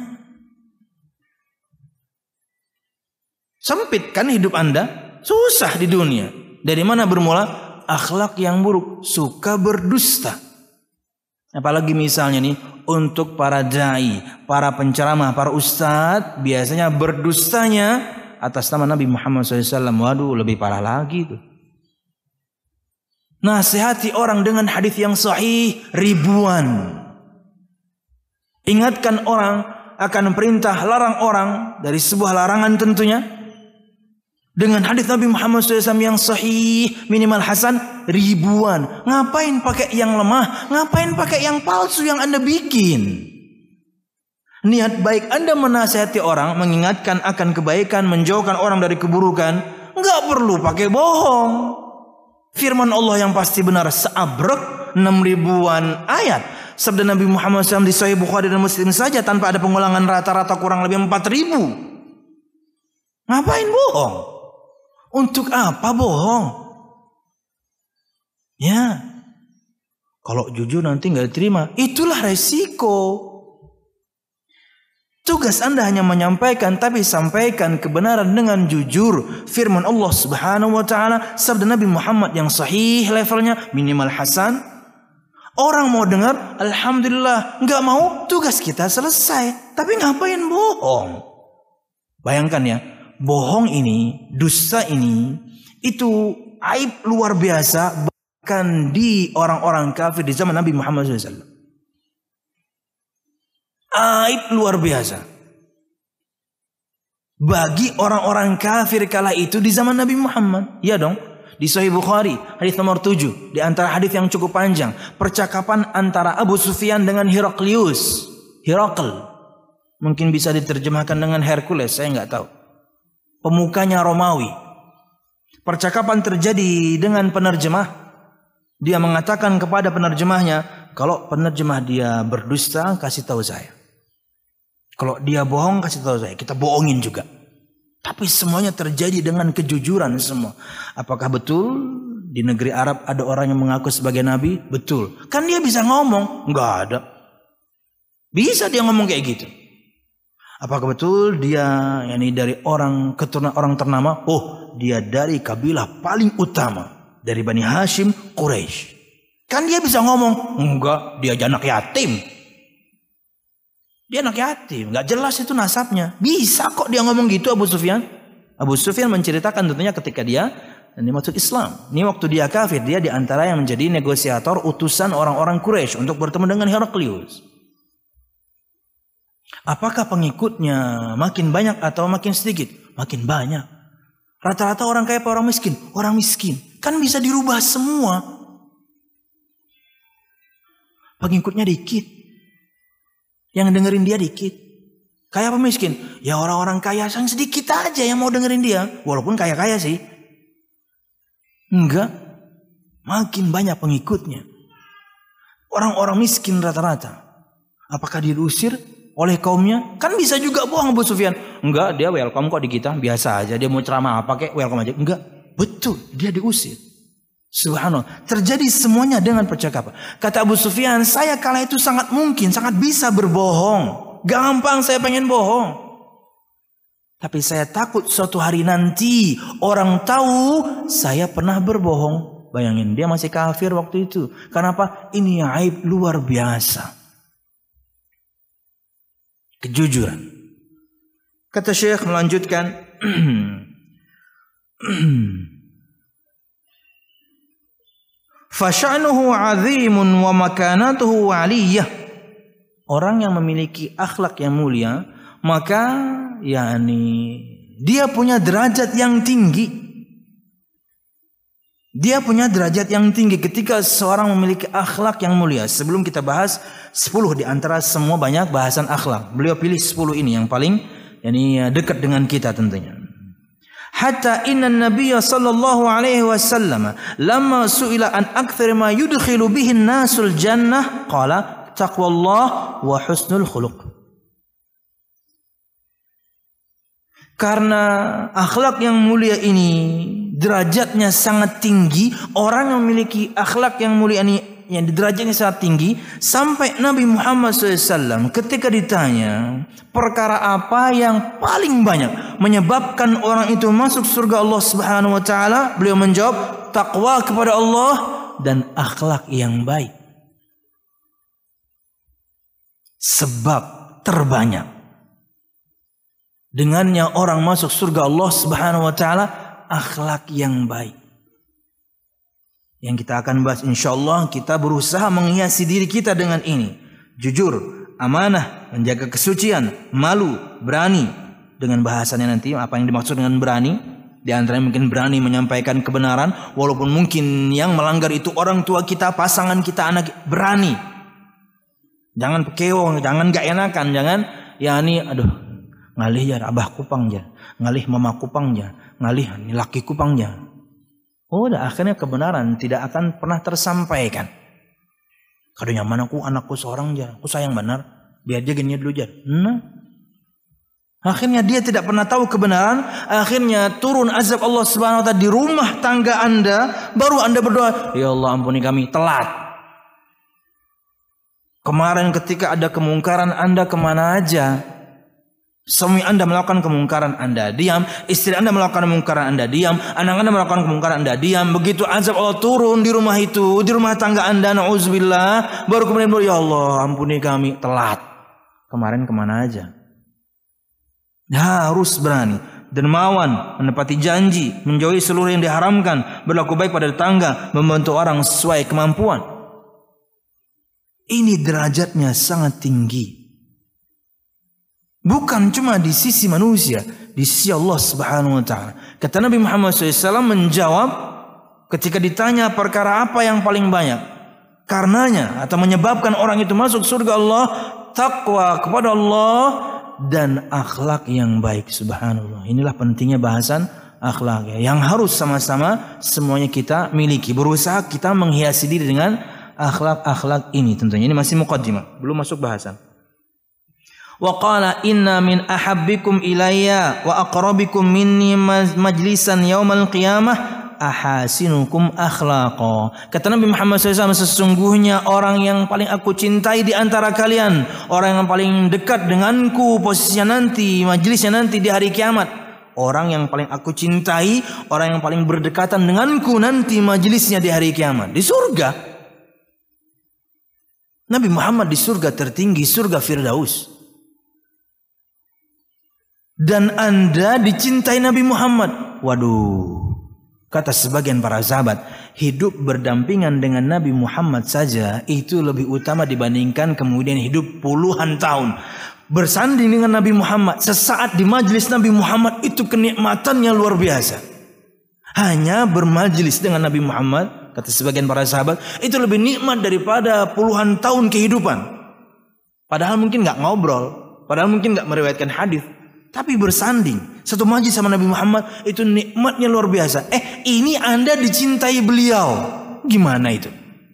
Sempit kan hidup Anda, susah di dunia. Dari mana bermula? Akhlak yang buruk, suka berdusta. Apalagi misalnya nih, untuk para dai, para penceramah, para ustadz, biasanya berdustanya atas nama Nabi Muhammad SAW. Waduh, lebih parah lagi tuh. Nasihati orang dengan hadis yang sahih ribuan. Ingatkan orang akan perintah, larang orang dari sebuah larangan tentunya. Dengan hadis Nabi Muhammad SAW yang sahih, minimal hasan, ribuan. Ngapain pakai yang lemah? Ngapain pakai yang palsu yang Anda bikin? Niat baik Anda menasihati orang, mengingatkan akan kebaikan, menjauhkan orang dari keburukan, nggak perlu pakai bohong. Firman Allah yang pasti benar, seabrek 6.000-an ayat. Sabda Nabi Muhammad SAW di Sahih Bukhari dan Muslim saja tanpa ada pengulangan rata-rata kurang lebih 4.000. Ngapain bohong? Untuk apa bohong? Ya, kalau jujur nanti nggak diterima. Itulah resiko. Tugas Anda hanya menyampaikan, tapi sampaikan kebenaran dengan jujur. Firman Allah Subhanahu wa taala, sabda Nabi Muhammad yang sahih levelnya minimal hasan. Orang mau dengar, alhamdulillah. Nggak mau, tugas kita selesai. Tapi ngapain bohong? Bayangkan ya, bohong ini, dusta ini, itu aib luar biasa bahkan di orang-orang kafir di zaman Nabi Muhammad SAW. Aib luar biasa bagi orang-orang kafir kala itu di zaman Nabi Muhammad. Ya dong, di Sahih Bukhari hadis nomor 7, di antara hadis yang cukup panjang, percakapan antara Abu Sufyan dengan Heraklius. Herakl. Mungkin bisa diterjemahkan dengan Hercules, saya nggak tahu. Pemukanya Romawi. Percakapan terjadi dengan penerjemah. Dia mengatakan kepada penerjemahnya, kalau penerjemah dia berdusta, kasih tahu saya. Kalau dia bohong, kasih tahu saya. Kita bohongin juga. Tapi semuanya terjadi dengan kejujuran semua. Apakah betul di negeri Arab ada orang yang mengaku sebagai nabi? Betul. Kan dia bisa ngomong? Nggak ada. Bisa dia ngomong kayak gitu. Apakah betul dia dari orang keturunan orang ternama? Oh, dia dari kabilah paling utama dari Bani Hashim Quraisy. Kan dia bisa ngomong? Enggak, dia anak yatim. Dia anak yatim, enggak jelas itu nasabnya. Bisa kok dia ngomong gitu Abu Sufyan. Abu Sufyan menceritakan tentunya ketika dia masuk Islam. Ini waktu dia kafir, dia di antara yang menjadi negosiator utusan orang-orang Quraisy untuk bertemu dengan Heraklius. Apakah pengikutnya makin banyak atau makin sedikit? Makin banyak. Rata-rata orang kaya apa orang miskin? Orang miskin. Kan bisa dirubah semua. Pengikutnya dikit. Yang dengerin dia dikit. Kaya apa miskin? Ya orang-orang kaya yang sedikit aja yang mau dengerin dia. Walaupun kaya-kaya sih. Enggak. Makin banyak pengikutnya. Orang-orang miskin rata-rata. Apakah dia diusir oleh kaumnya? Kan bisa juga bohong Abu Sufyan. Enggak, dia welcome kok di kita. Biasa aja, dia mau ceramah apa kek, welcome aja. Enggak, betul, dia diusir. Subhanallah, terjadi semuanya dengan percakapan. Kata Abu Sufyan, saya kala itu sangat mungkin, sangat bisa berbohong. Gampang saya pengen bohong. Tapi saya takut suatu hari nanti orang tahu saya pernah berbohong. Bayangin, dia masih kafir waktu itu. Kenapa? Ini aib luar biasa. Kejujuran. Kata Syekh melanjutkan, Fasha'nuhu 'azimun wa makanatuhu 'aliyah. Orang yang memiliki akhlak yang mulia, maka dia punya derajat yang tinggi. Dia punya derajat yang tinggi ketika seorang memiliki akhlak yang mulia. Sebelum kita bahas 10 di antara semua banyak bahasan akhlak, beliau pilih 10 ini yang paling dekat dengan kita tentunya. Hatta inna Nabiya sallallahu alaihi wasallam lamma su'ila an akthar ma yudkhilu bihi an-nasul jannah qala taqwallah wa husnul khuluq. Karena akhlak yang mulia ini derajatnya sangat tinggi, orang yang memiliki akhlak yang mulia ini yang derajatnya sangat tinggi, sampai Nabi Muhammad SAW ketika ditanya perkara apa yang paling banyak menyebabkan orang itu masuk surga Allah Subhanahu wa taala, beliau menjawab takwa kepada Allah dan akhlak yang baik. Sebab terbanyak dengannya orang masuk surga Allah Subhanahu wa taala akhlak yang baik. Yang kita akan bahas insyaallah, kita berusaha menghiasi diri kita dengan ini. Jujur, amanah, menjaga kesucian, malu, berani. Dengan bahasannya nanti apa yang dimaksud dengan berani? Di antaranya mungkin berani menyampaikan kebenaran walaupun mungkin yang melanggar itu orang tua kita, pasangan kita, anak kita. Berani. Jangan pekewo, jangan gak enakan, jangan ngalih ya abah kupang ya, ngalih mama kupang ya, ngalih laki kupang ya. Udah akhirnya kebenaran tidak akan pernah tersampaikan. Kadonya mana anakku seorang aja, aku sayang benar, biar dia gini dulu aja. Nah, akhirnya dia tidak pernah tahu kebenaran. Akhirnya turun azab Allah Subhanahu wa taala di rumah tangga Anda, baru Anda berdoa, ya Allah ampuni kami, telat. Kemarin ketika ada kemungkaran Anda kemana aja? Suami Anda melakukan kemungkaran, Anda diam. Istri Anda melakukan kemungkaran, Anda diam. Anak Anda melakukan kemungkaran, Anda diam. Begitu azab Allah turun di rumah itu, di rumah tangga Anda, na'udzubillah, baru kemudian ya Allah ampuni kami, telat. Kemarin kemana aja? Harus berani, dermawan, menepati janji, menjauhi seluruh yang diharamkan, berlaku baik pada tetangga, membantu orang sesuai kemampuan. Ini derajatnya sangat tinggi. Bukan cuma di sisi manusia, di sisi Allah Subhanahu wa taala. Kata Nabi Muhammad SAW menjawab ketika ditanya perkara apa yang paling banyak karenanya atau menyebabkan orang itu masuk surga Allah, takwa kepada Allah, dan akhlak yang baik. Subhanallah. Inilah pentingnya bahasan akhlak ya, yang harus sama-sama semuanya kita miliki. Berusaha kita menghiasi diri dengan akhlak-akhlak ini tentunya. Ini masih muqaddimah, belum masuk bahasan. Wa qala inna min ahabbikum ilayya wa aqrabikum minni majlisan yaumal qiyamah ahasinukum akhlaqa. Kata Nabi Muhammad SAW, sesungguhnya orang yang paling aku cintai di antara kalian, orang yang paling dekat denganku posisinya nanti, majelisnya nanti di hari kiamat, orang yang paling aku cintai, orang yang paling berdekatan denganku nanti majelisnya di hari kiamat, di surga. Nabi Muhammad di surga tertinggi, surga Firdaus. Dan Anda dicintai Nabi Muhammad. Waduh. Kata sebagian para sahabat, hidup berdampingan dengan Nabi Muhammad saja itu lebih utama dibandingkan kemudian hidup puluhan tahun bersanding dengan Nabi Muhammad. Sesaat di majelis Nabi Muhammad itu kenikmatannya luar biasa. Hanya bermajelis dengan Nabi Muhammad, kata sebagian para sahabat, itu lebih nikmat daripada puluhan tahun kehidupan. Padahal mungkin nggak ngobrol, padahal mungkin nggak meriwayatkan hadis, tapi bersanding satu majlis sama Nabi Muhammad itu nikmatnya luar biasa. Ini Anda dicintai beliau, gimana itu?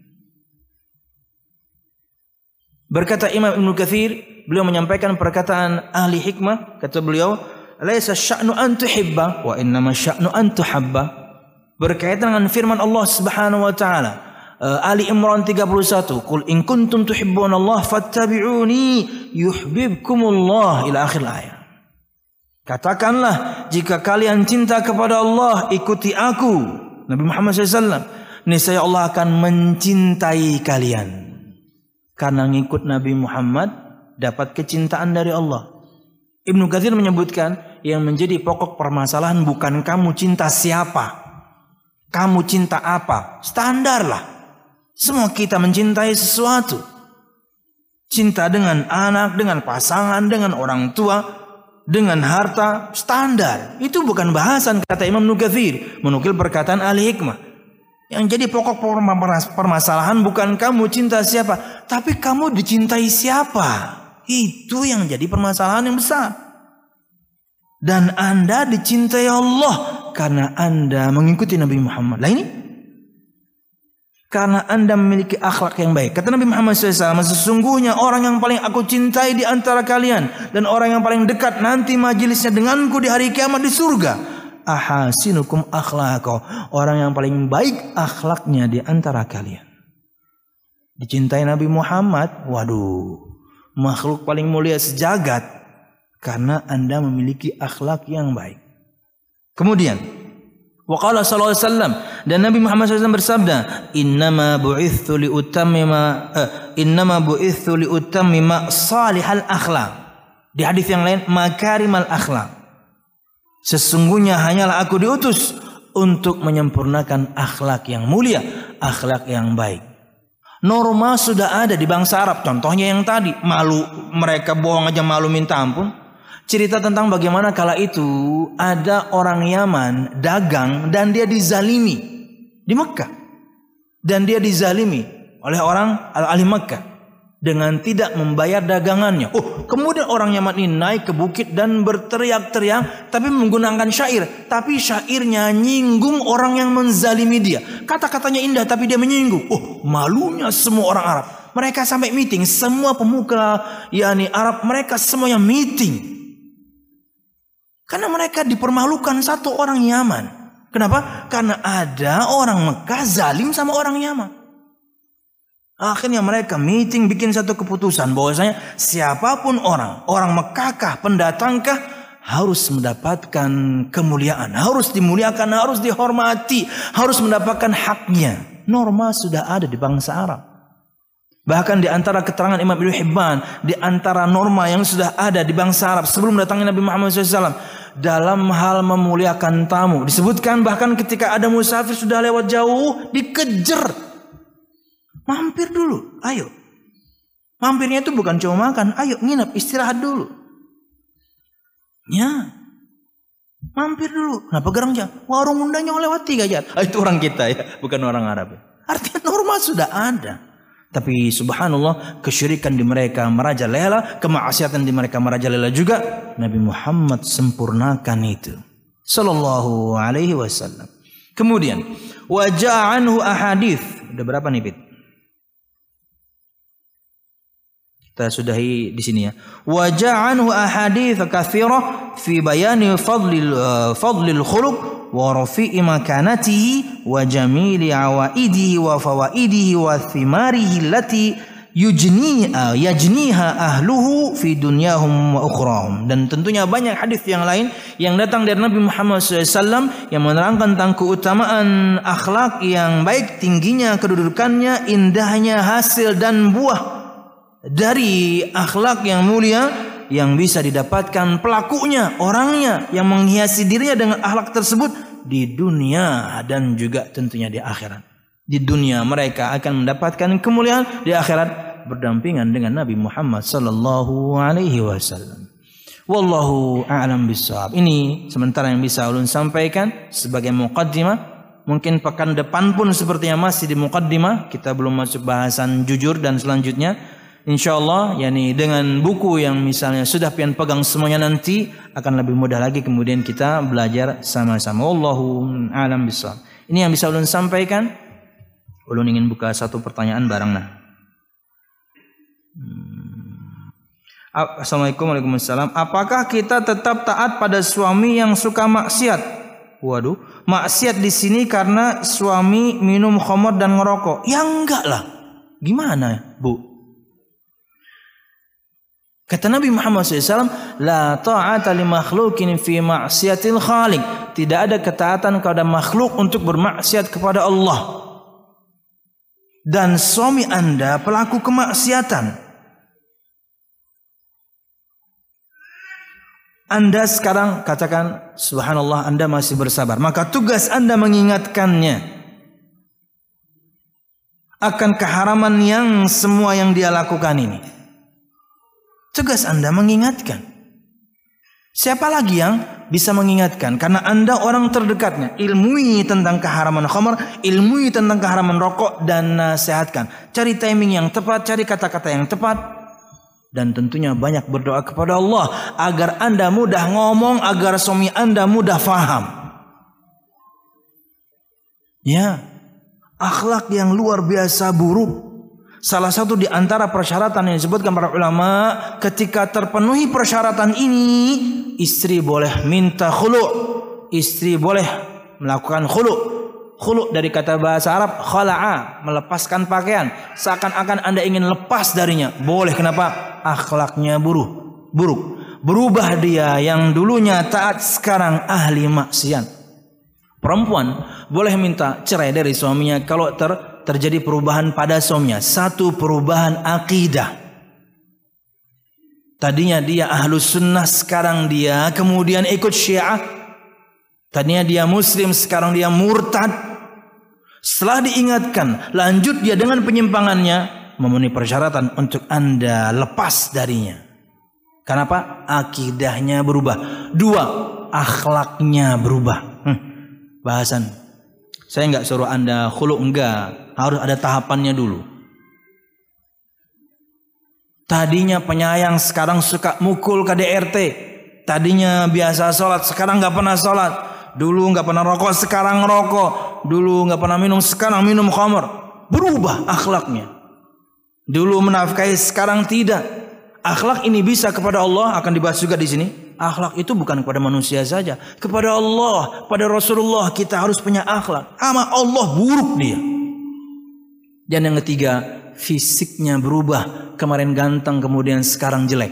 Berkata Imam Ibnu Katsir, beliau menyampaikan perkataan ahli hikmah, kata beliau, laisa sya'nu an tuhibba wa innama sya'nu an tuhabba. Berkaitan dengan firman Allah Subhanahu wa taala, Ali Imran 31, qul in kuntum tuhibbunallaha fattabi'uni yuhibbukumullah, ila akhir ayat. Katakanlah, jika kalian cinta kepada Allah, ikuti aku, Nabi Muhammad SAW. Niscaya Allah akan mencintai kalian. Karena ngikut Nabi Muhammad dapat kecintaan dari Allah. Ibnu Katsir menyebutkan, yang menjadi pokok permasalahan bukan kamu cinta siapa, kamu cinta apa, standar lah. Semua kita mencintai sesuatu. Cinta dengan anak, dengan pasangan, dengan orang tua, dengan harta, standar. Itu bukan bahasan, kata Imam Ibnu Katsir, menukil perkataan ahli hikmah. Yang jadi pokok permasalahan bukan kamu cinta siapa, tapi kamu dicintai siapa. Itu yang jadi permasalahan yang besar. Dan Anda dicintai Allah karena Anda mengikuti Nabi Muhammad. Lah ini karena Anda memiliki akhlak yang baik. Kata Nabi Muhammad SAW, sesungguhnya orang yang paling aku cintai di antara kalian dan orang yang paling dekat nanti majelisnya denganku di hari kiamat di surga, ahasinukum akhlaqa, orang yang paling baik akhlaknya di antara kalian. Dicintai Nabi Muhammad, waduh, makhluk paling mulia sejagat, karena Anda memiliki akhlak yang baik. Kemudian Waqala sallallahu alaihi wasallam, dan Nabi Muhammad SAW bersabda, innama bu'ithu liutammima salihal akhlaq. Di hadis yang lain, makarimal akhlaq. Sesungguhnya hanyalah aku diutus untuk menyempurnakan akhlak yang mulia, akhlak yang baik. Norma sudah ada di bangsa Arab. Contohnya yang tadi, malu, mereka bohong aja malu minta ampun. Cerita tentang bagaimana kala itu ada orang Yaman dagang dan dia dizalimi di Mekah. Dan dia dizalimi oleh orang ahli Mekah dengan tidak membayar dagangannya. Kemudian orang Yaman ini naik ke bukit dan berteriak-teriak tapi menggunakan syair. Tapi syairnya nyinggung orang yang menzalimi dia. Kata-katanya indah tapi dia menyinggung. Malunya semua orang Arab. Mereka sampai meeting, semua pemuka Arab, mereka semuanya meeting. Karena mereka dipermalukan satu orang Yaman. Kenapa? Karena ada orang Mekah zalim sama orang Yaman. Akhirnya mereka meeting, bikin satu keputusan bahwasanya siapapun orang Mekah pendatangkah, harus mendapatkan kemuliaan, harus dimuliakan, harus dihormati, harus mendapatkan haknya. Norma sudah ada di bangsa Arab. Bahkan di antara keterangan Imam Ibnu Hibban, di antara norma yang sudah ada di bangsa Arab sebelum datangnya Nabi Muhammad SAW, dalam hal memuliakan tamu, disebutkan bahkan ketika ada musafir sudah lewat jauh, dikejar, mampir dulu, ayo. Mampirnya itu bukan cuma makan, ayo nginep, istirahat dulu. Ya, mampir dulu. Kenapa gerang jam? Warung undangnya lewat 3 jam. Itu orang kita ya, bukan orang Arab. Artinya norma sudah ada. Tapi subhanallah, kesyirikan di mereka merajalela, kemaksiatan di mereka merajalela juga. Nabi Muhammad sempurnakan itu sallallahu alaihi wasallam. Kemudian wajah anhu ahadits. Udah berapa nih, Pit? Kita sudahi di sini ya. Wajah anhu ahadits katsirah fi bayani fadlil khuluq wa rafi'i makanatihi wa jamili awaidihi wa fawaidihi wa thimarihi allati yajniha ahluhu fi dunyahum wa ukhrahum. Dan tentunya banyak hadis yang lain yang datang dari Nabi Muhammad SAW yang menerangkan tentang keutamaan akhlak yang baik, tingginya kedudukannya, indahnya hasil dan buah dari akhlak yang mulia yang bisa didapatkan pelakunya, orangnya yang menghiasi dirinya dengan akhlak tersebut di dunia dan juga tentunya di akhirat. Di dunia mereka akan mendapatkan kemuliaan, di akhirat berdampingan dengan Nabi Muhammad sallallahu alaihi wasallam. Wallahu a'lam bishawab. Ini sementara yang bisa ulun sampaikan sebagai muqaddimah. Mungkin pekan depan pun sepertinya masih di muqaddimah, kita belum masuk bahasan jujur dan selanjutnya. InsyaAllah yakni dengan buku yang misalnya sudah pian pegang semuanya nanti akan lebih mudah lagi kemudian kita belajar sama-sama. Wallahu a'lam bishawab. Ini yang bisa ulun sampaikan. Ulun ingin buka satu pertanyaan barang nah. Assalamualaikum warahmatullahi wabarakatuh. Apakah kita tetap taat pada suami yang suka maksiat? Waduh, maksiat di sini karena suami minum khamr dan ngerokok. Ya enggak lah. Gimana, Bu? Kata Nabi Muhammad SAW, la ta'ata li makhlukin fi ma'siyatil khaliq. Tidak ada ketaatan kepada makhluk untuk bermaksiat kepada Allah. Dan suami Anda pelaku kemaksiatan. Anda sekarang katakan, subhanallah, Anda masih bersabar. Maka tugas Anda mengingatkannya akan keharaman yang semua yang dia lakukan ini. Tugas Anda mengingatkan. Siapa lagi yang bisa mengingatkan? Karena Anda orang terdekatnya. Ilmui tentang keharaman khamr, ilmui tentang keharaman rokok, dan nasihatkan. Cari timing yang tepat, cari kata-kata yang tepat. Dan tentunya banyak berdoa kepada Allah agar Anda mudah ngomong, agar suami Anda mudah faham. Ya, akhlak yang luar biasa buruk. Salah satu di antara persyaratan yang disebutkan para ulama, ketika terpenuhi persyaratan ini, istri boleh minta khulu', istri boleh melakukan khulu'. Khulu' dari kata bahasa Arab khala'a, melepaskan pakaian, seakan-akan Anda ingin lepas darinya. Boleh, kenapa? Akhlaknya buruk. Berubah dia yang dulunya taat sekarang ahli maksiat. Perempuan boleh minta cerai dari suaminya kalau terjadi perubahan pada suaminya. Satu, perubahan akidah. Tadinya dia ahlus sunnah, sekarang dia kemudian ikut syiah. Tadinya dia muslim, sekarang dia murtad. Setelah diingatkan, lanjut dia dengan penyimpangannya, memenuhi persyaratan untuk Anda lepas darinya. Kenapa? Akidahnya berubah. Dua, akhlaknya berubah. Bahasan. Saya enggak suruh Anda khulu', enggak. Harus ada tahapannya dulu. Tadinya penyayang, sekarang suka mukul KDRT. Tadinya biasa sholat, sekarang enggak pernah sholat. Dulu enggak pernah rokok, sekarang rokok. Dulu enggak pernah minum, sekarang minum khamr. Berubah akhlaknya. Dulu menafkahi, sekarang tidak. Akhlak ini bisa kepada Allah, akan dibahas juga di sini. Akhlak itu bukan kepada manusia saja, kepada Allah, pada Rasulullah kita harus punya akhlak. Ama Allah buruk dia. Dan yang ketiga, fisiknya berubah. Kemarin ganteng, kemudian sekarang jelek.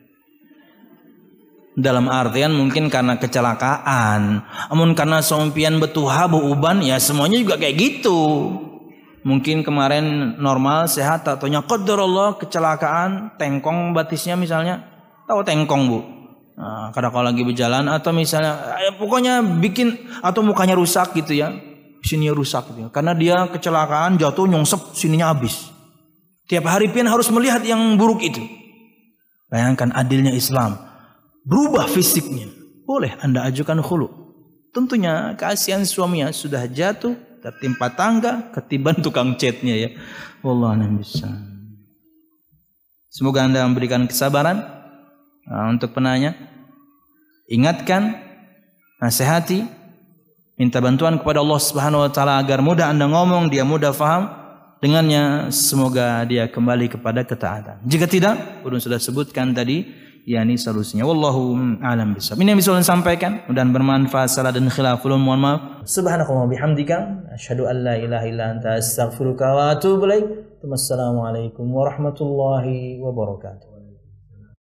Dalam artian mungkin karena kecelakaan, namun karena sompian betuha uban, ya semuanya juga kayak gitu. Mungkin kemarin normal, sehat, tatonya qadarullah kecelakaan, tengkong batisnya misalnya. Tahu tengkong, Bu? Nah, kadang kalau lagi berjalan atau misalnya pokoknya bikin atau mukanya rusak gitu ya, sininya rusak gitu ya. Karena dia kecelakaan, jatuh nyongsep, sininya habis. Tiap hari pian harus melihat yang buruk itu. Bayangkan adilnya Islam, berubah fisiknya. Boleh Anda ajukan khulu'. Tentunya kasihan suaminya sudah jatuh tertimpa tangga, ketiban tukang catnya ya. Wallahu a'lam bishawab. Semoga Anda memberikan kesabaran untuk penanya. Ingatkan, nasihati, minta bantuan kepada Allah Subhanahu wa taala agar mudah Anda ngomong, dia mudah faham. Dengannya semoga dia kembali kepada ketaatan. Jika tidak, sudah sebutkan tadi, yakni solusinya. Wallahu a'lam bishawab. Ini yang bisa saya sampaikan, mudah bermanfaat. Salah dan khilaful, mohon maaf. Subhanakallahumma bihamdika asyhadu an la ilaha illa anta astaghfiruka wa atubu ilaik. Wassalamualaikum warahmatullahi wabarakatuh.